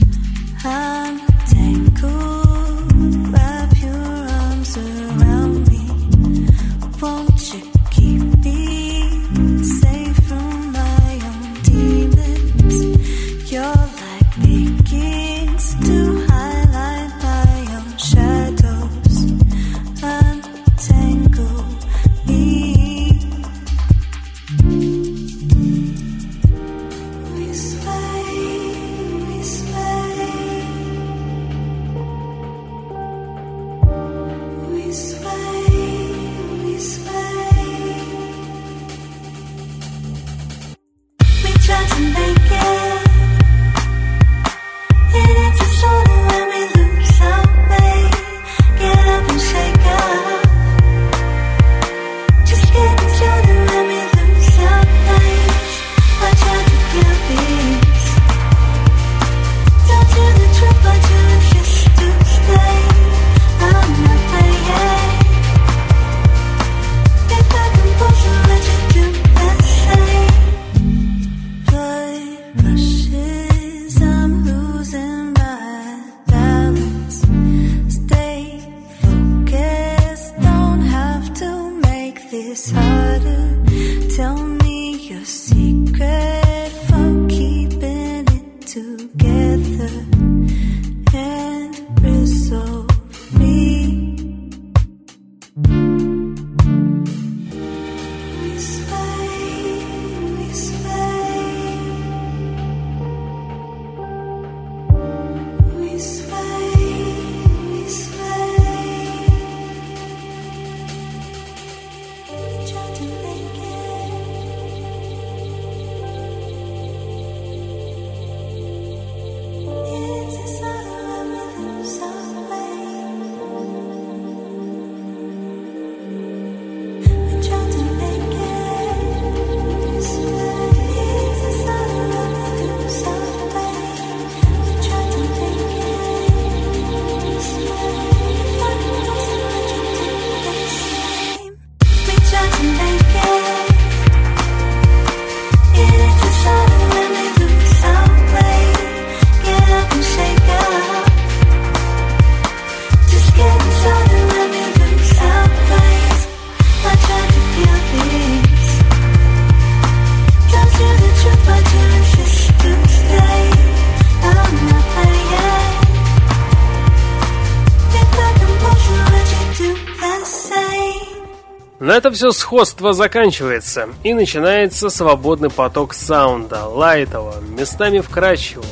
S2: На этом все сходство заканчивается, и начинается свободный поток саунда, лайтового, местами вкрадчивого,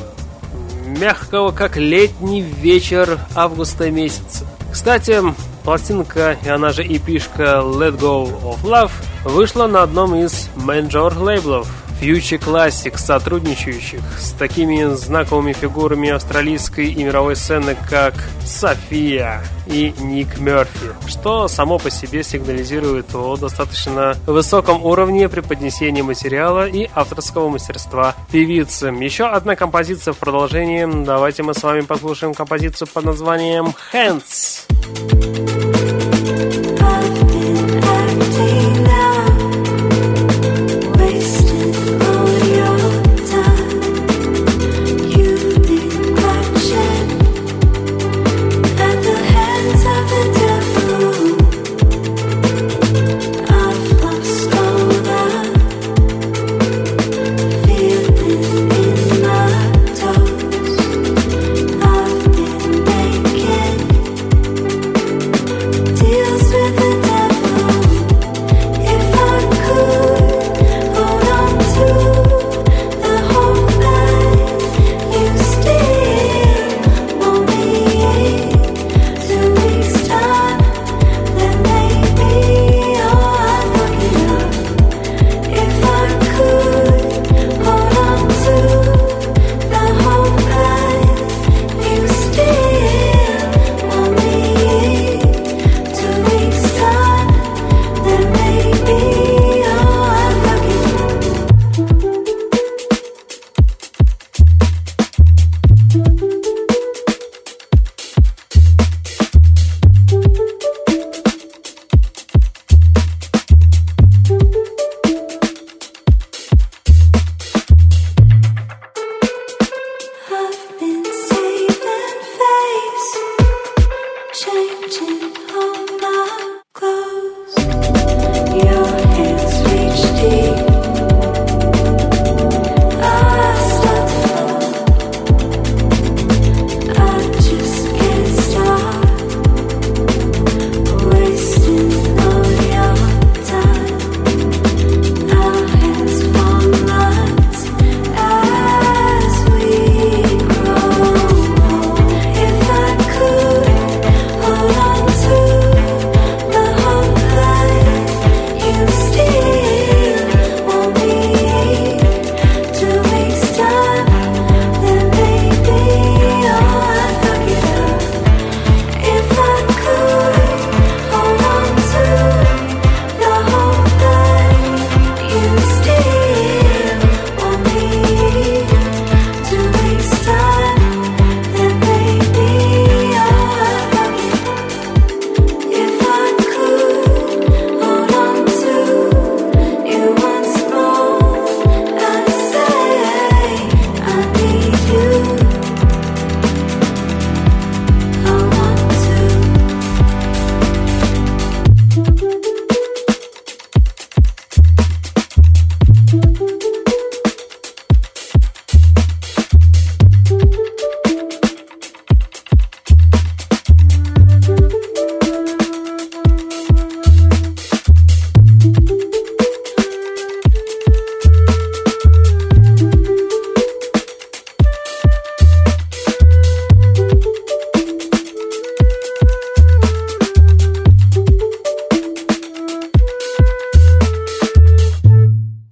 S2: мягкого, как летний вечер августа месяца. Кстати, пластинка, и она же эпишка Let Go of Love, вышла на одном из мейджор лейблов Future Classic, сотрудничающих с такими знаковыми фигурами австралийской и мировой сцены, как София и Ник Мерфи, что само по себе сигнализирует о достаточно высоком уровне преподнесения материала и авторского мастерства певицы. Еще одна композиция в продолжении. Давайте мы с вами послушаем композицию под названием Hands.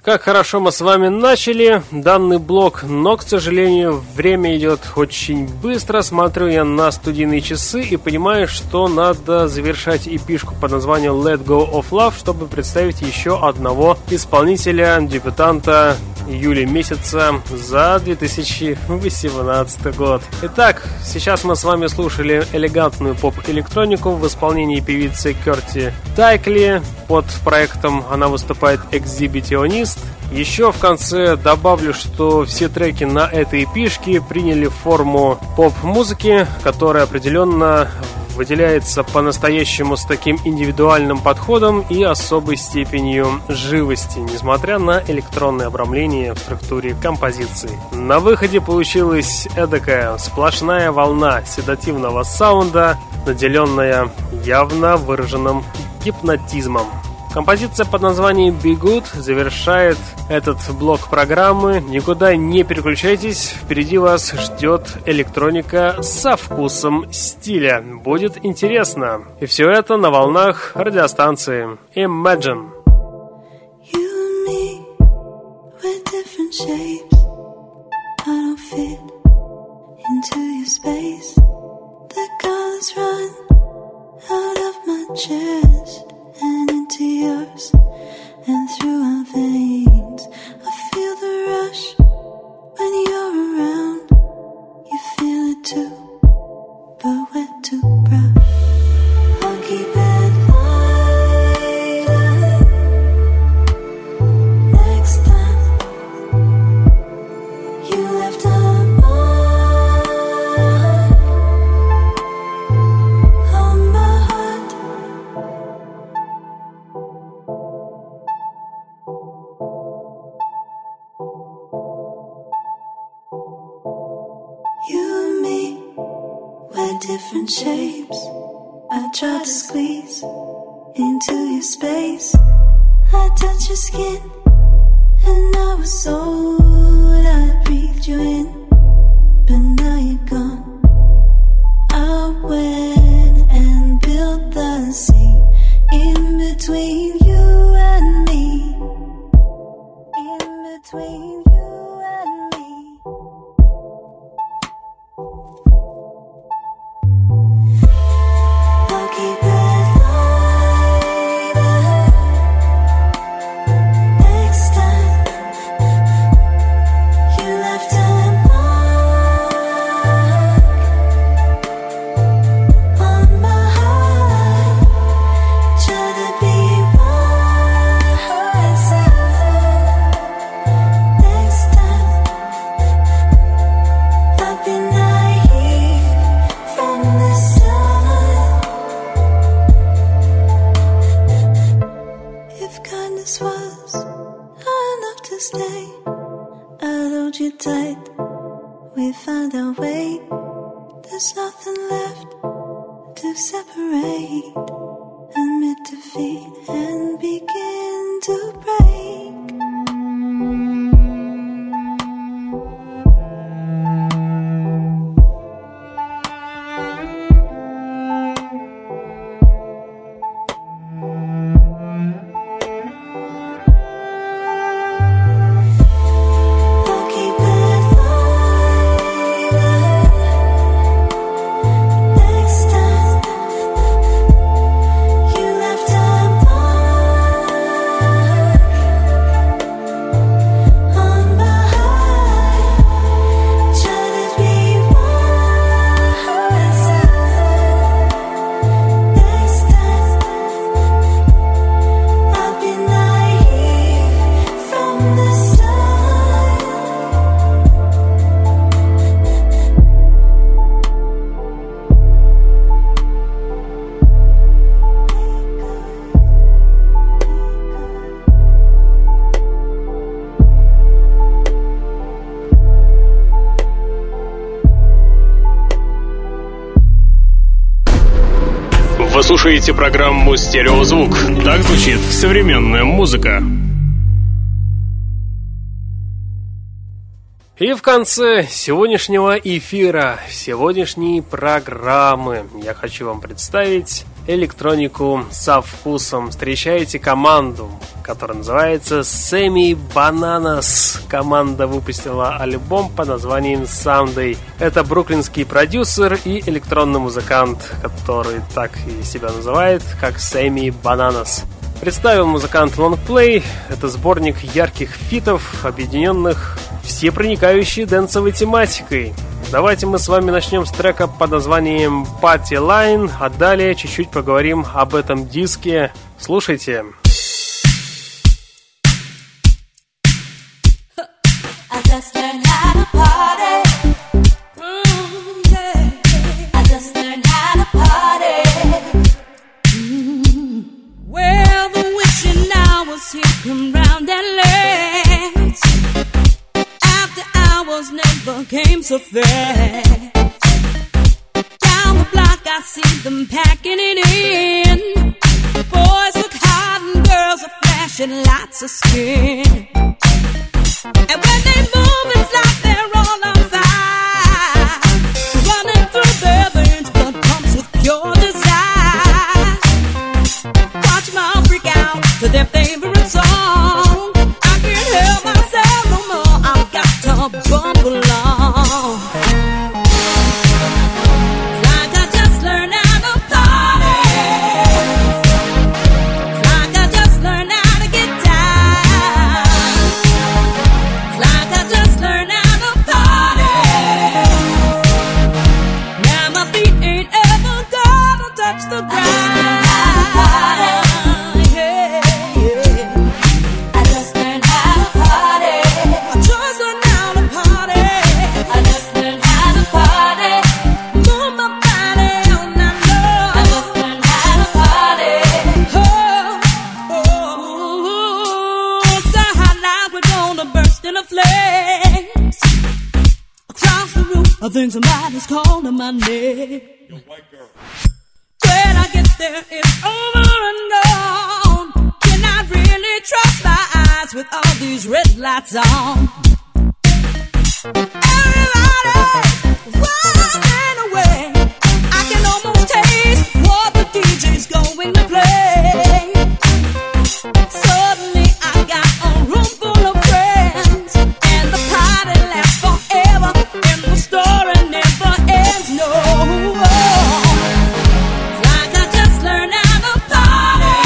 S2: Как хорошо мы с вами начали данный блок, но, к сожалению, время идет очень быстро. Смотрю я на студийные часы и понимаю, что надо завершать эпишку под названием Let Go of Love, чтобы представить еще одного исполнителя, дебютанта июля месяца за 2018 год. Итак, сейчас мы с вами слушали элегантную поп-электронику в исполнении певицы Керти Тайкли. Под проектом она выступает Exhibitionist. Еще в конце добавлю, что все треки на этой эпишке приняли форму поп-музыки, которая определенно выделяется по-настоящему с таким индивидуальным подходом и особой степенью живости, несмотря на электронное обрамление в структуре композиции. На выходе получилась эдакая сплошная волна седативного саунда, наделенная явно выраженным гипнотизмом. Композиция под названием Be Good завершает этот блок программы. Никуда не переключайтесь, впереди вас ждет электроника со вкусом стиля. Будет интересно. И все это на волнах радиостанции Imagine.
S6: And into yours, and through our veins I feel the rush when you're around. You feel it too, but we're too proud. I'll keep it lighter next time you left a mark on my heart. Different shapes, I tried to squeeze into your space. I touched your skin, and I was sold. I breathed you in, but now you're gone. I went and built the sea in between you and me. In between you and me.
S3: Вы слушаете программу «Стереозвук». Так звучит современная музыка.
S2: И в конце сегодняшнего эфира, сегодняшней программы я хочу вам представить электронику со вкусом. Встречаете команду, которая называется Semi Bananas. Команда выпустила альбом под названием Sunday. Это бруклинский продюсер и электронный музыкант, который так и себя называет, как Semi Bananas. Представил музыкант Longplay. Это сборник ярких фитов, объединенных всепроникающей дэнсовой тематикой. Давайте мы с вами начнем с трека под названием Party Line, а далее чуть-чуть поговорим об этом диске. Слушайте.
S6: I just learned how to party. Yeah. I just learned how to party.
S7: Well, the witching hours here come round and late. After hours never came so fast. Down the block I see them packing it in. Boys look hot and girls are flashing lots of skin. And when they move, it's like they're all on fire. Running through their veins, blood pumps with pure desire. Watch my freak out to their favorite song. I can't help myself no more. I've got to bump along. It's like I just learned how to party. It's like I just learned how to get down. It's like I just learned how to party. Now my feet ain't ever gonna touch the ground. I think somebody's calling my name. When I get there, it's over and gone. Can I really trust my eyes with all these red lights on? Everybody's running away. I can almost taste what the DJ's going to play. Suddenly I got a room full of friends, and the party lasts forever. And the story never ends, no. It's like I just learned how to party.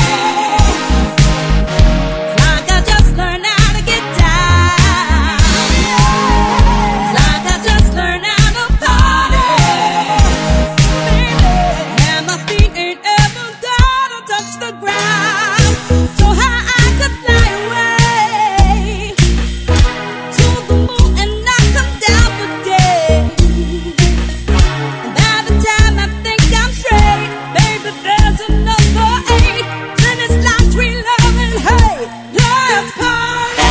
S7: It's like I just learned how to get down. It's like I just learned how to party. Baby, and my feet ain't ever gonna touch the ground. So how I could fly away to the moon and not come down for day. And by the time I think I'm straight, baby, there's another 8. Then it's like sweet love and hey, let's party.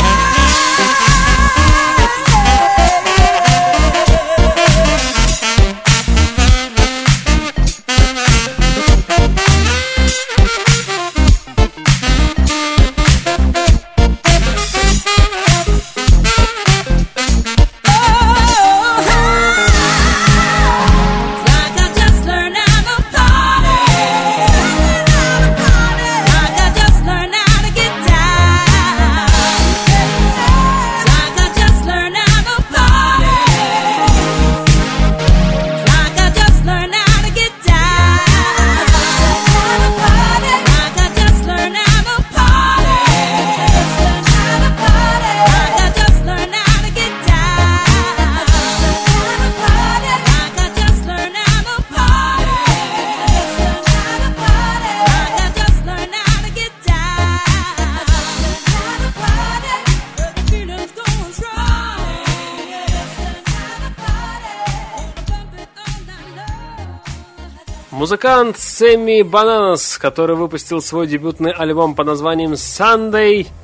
S2: Музыкант Semi Bananas, который выпустил свой дебютный альбом под названием Sunday,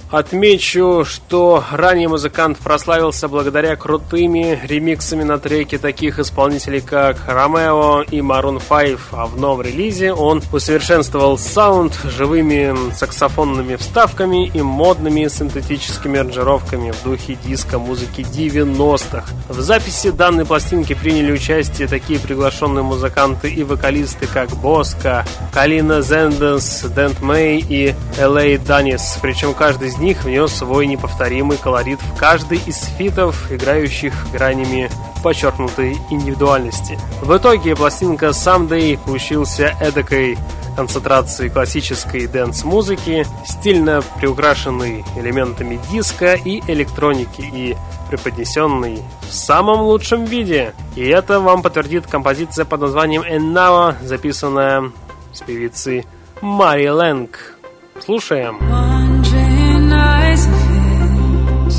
S2: Отмечу, что ранее музыкант прославился благодаря крутыми ремиксами на треки таких исполнителей, как Ромео и Maroon 5, а в новом релизе он усовершенствовал саунд живыми саксофонными вставками и модными синтетическими аранжировками в духе диско-музыки 90-х. В записи данной пластинки приняли участие такие приглашенные музыканты и вокалисты, как Боска, Калина Зенденс, Дент Мэй и Элей Данис, причем каждый из них внес свой неповторимый колорит в каждый из фитов, играющих гранями подчеркнутой индивидуальности. В итоге пластинка Someday получился эдакой концентрацией классической дэнс-музыки, стильно приукрашенной элементами диска и электроники и преподнесенной в самом лучшем виде. И это вам подтвердит композиция под названием And Now, записанная с певицей Мари Лэнг. Слушаем.
S7: Eyes of his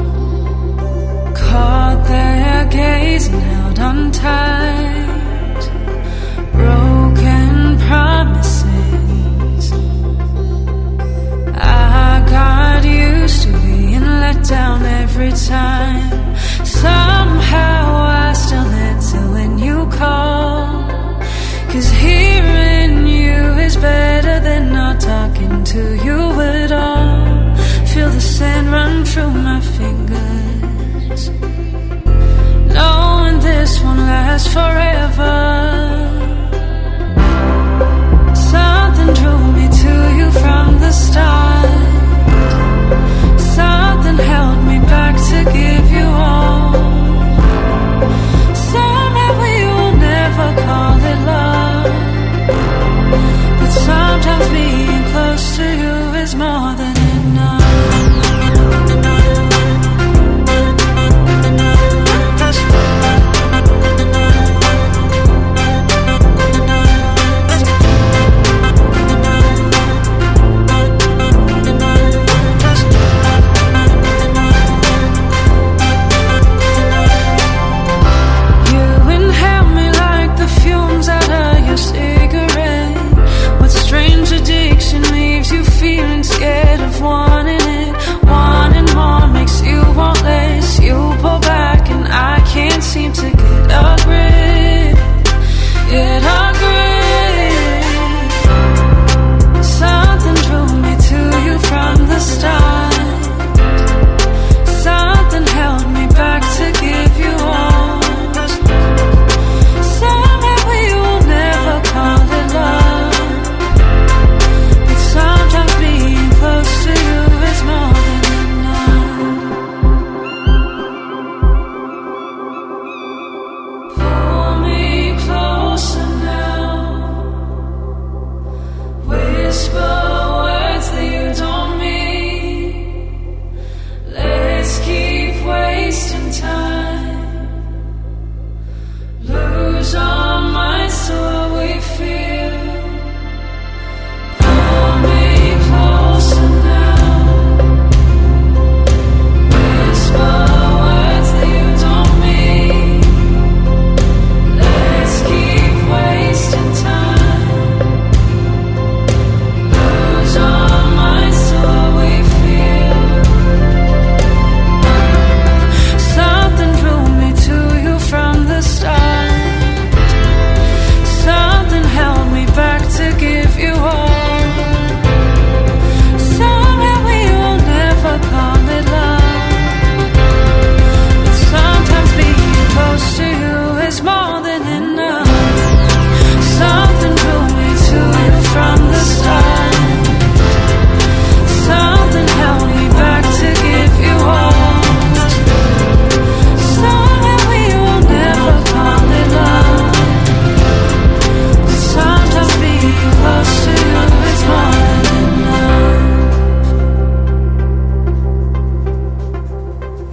S7: caught their gaze and held on tight, broken promises. I got used to being let down every time. Somehow I still answer when you call, 'cause hearing you is better than not talking to you at all. Feel the sand run through my fingers, knowing this won't last forever. Something drew me to you from the start. Something held me back to give you all. Somehow we will never call it love, but sometimes being close to you is more than enough.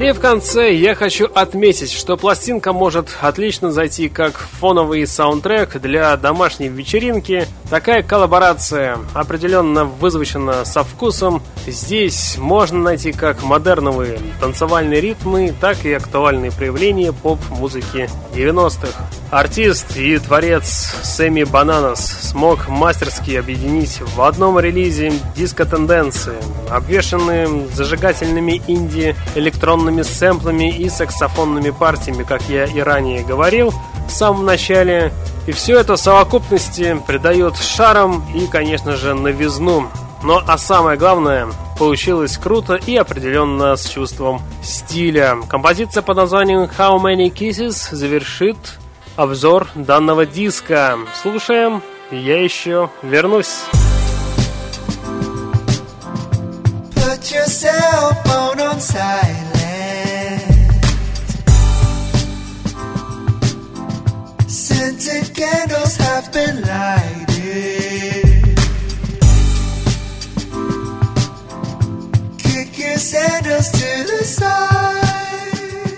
S2: И в конце я хочу отметить, что пластинка может отлично зайти как фоновый саундтрек для домашней вечеринки. Такая коллаборация определенно вызвучена со вкусом. Здесь можно найти как модерновые танцевальные ритмы, так и актуальные проявления поп-музыки 90-х. Артист и творец Сэмми Бананас смог мастерски объединить в одном релизе диско-тенденции, обвешанные зажигательными инди-электронными сэмплами и саксофонными партиями, как я и ранее говорил в самом начале. И все это в совокупности придает шарм и, конечно же, новизну. Но а самое главное, получилось круто и определенно с чувством стиля. Композиция под названием How Many Kisses завершит обзор данного диска. Слушаем, я еще вернусь.
S4: Put your cell phone on silent. Scented candles have been lighted. Kick your sandals to the side.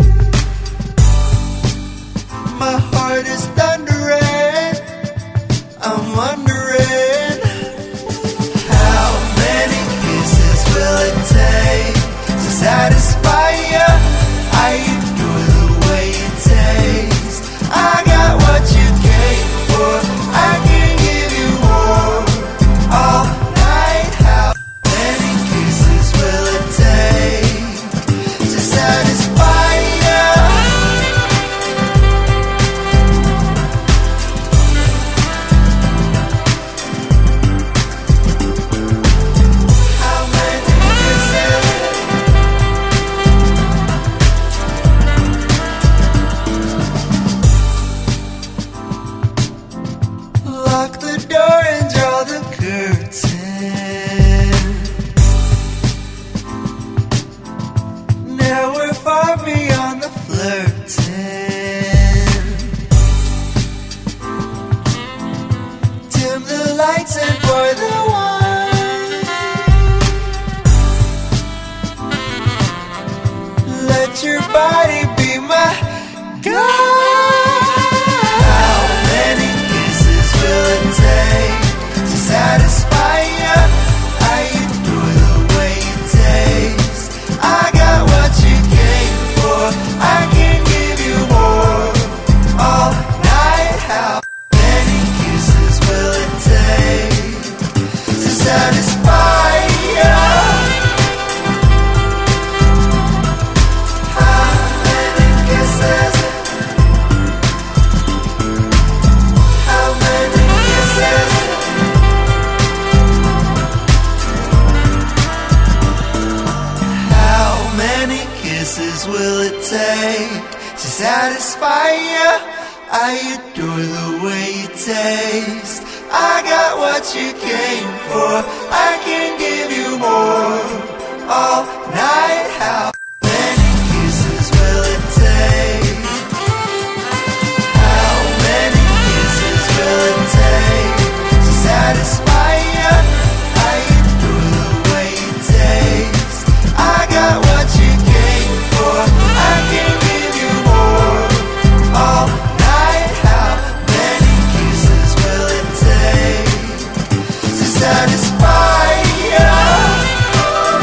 S4: My heart is thundering. I'm wondering how many kisses will it take to satisfy you? I adore the way you taste. I got what you came for. I can give you more all night. How many kisses will it take to satisfy you? How many kisses? Lock the door and draw the curtain. Now we're far beyond the flirting. Dim the lights and pour the wine. Let your body be my guide. How many kisses will it take to satisfy you? I adore the way you taste. I got what you came for. I can give you more all night. How many kisses will it take to satisfy you? How many kisses? How many kisses? How many kisses will it take to satisfy you? I adore the way you taste. I got what you came for. I can give you more all night. How many kisses will it take? How many kisses will it take to satisfy you? I adore the way you taste. I got what you came for. I can give you more all night. How many kisses will it take to satisfy you?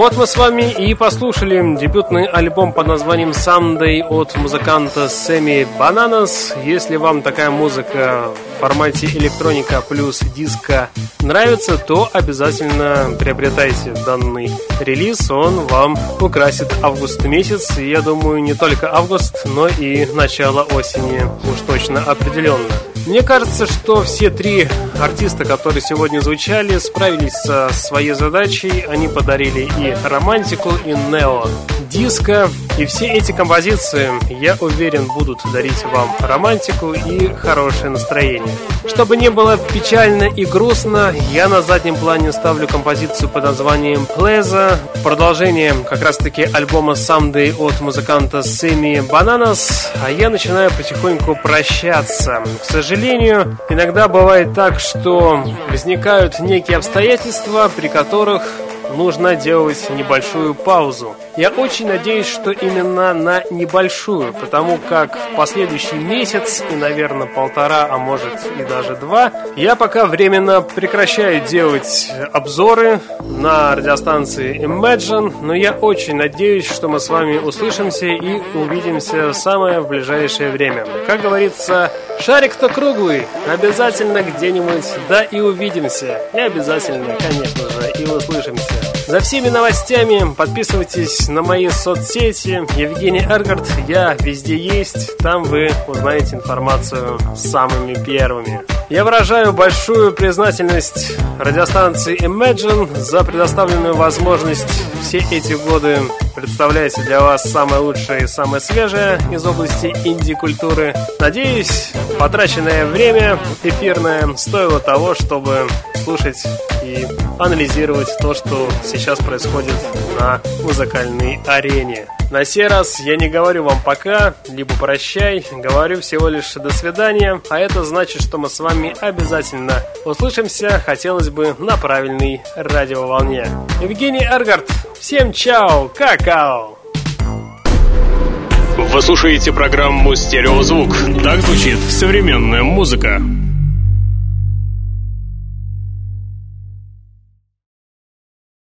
S2: Вот мы с вами и послушали дебютный альбом под названием Someday от музыканта Сэмми Бананас. Если вам такая музыка в формате электроника плюс диско нравится, то обязательно приобретайте данный релиз. Он вам украсит август месяц. И я думаю, не только август, но и начало осени уж точно определенно. Мне кажется, что все три артиста, которые сегодня звучали, справились со своей задачей. Они подарили и романтику, и нео-диско. И все эти композиции, я уверен, будут дарить вам романтику и хорошее настроение. Чтобы не было печально и грустно, я на заднем плане ставлю композицию под названием Plaza. Продолжение как раз-таки альбома Someday от музыканта Сэмми Бананас. А я начинаю потихоньку прощаться. К сожалению, иногда бывает так, что возникают некие обстоятельства, при которых нужно делать небольшую паузу. Я очень надеюсь, что именно на небольшую, потому как в последующий месяц и, наверное, 1,5, а может и даже 2, я пока временно прекращаю делать обзоры на радиостанции Imagine, но я очень надеюсь, что мы с вами услышимся и увидимся в самое ближайшее время. Как говорится, шарик-то круглый, обязательно где-нибудь, да и увидимся. И обязательно, конечно же, и услышимся. За всеми новостями подписывайтесь на мои соцсети. Евгений Эргард, я везде есть. Там вы узнаете информацию самыми первыми. Я выражаю большую признательность радиостанции Imagine за предоставленную возможность все эти годы представлять для вас самое лучшее и самое свежее из области инди-культуры. Надеюсь, потраченное время эфирное стоило того, чтобы слушать и анализировать то, что сейчас происходит на музыкальной арене. На сей раз я не говорю вам пока, либо прощай, говорю всего лишь до свидания, а это значит, что мы с вами обязательно услышимся, хотелось бы, на правильной радиоволне. Евгений Эргард, всем чао, какао!
S3: Вы слушаете программу «Стереозвук». Так звучит современная музыка.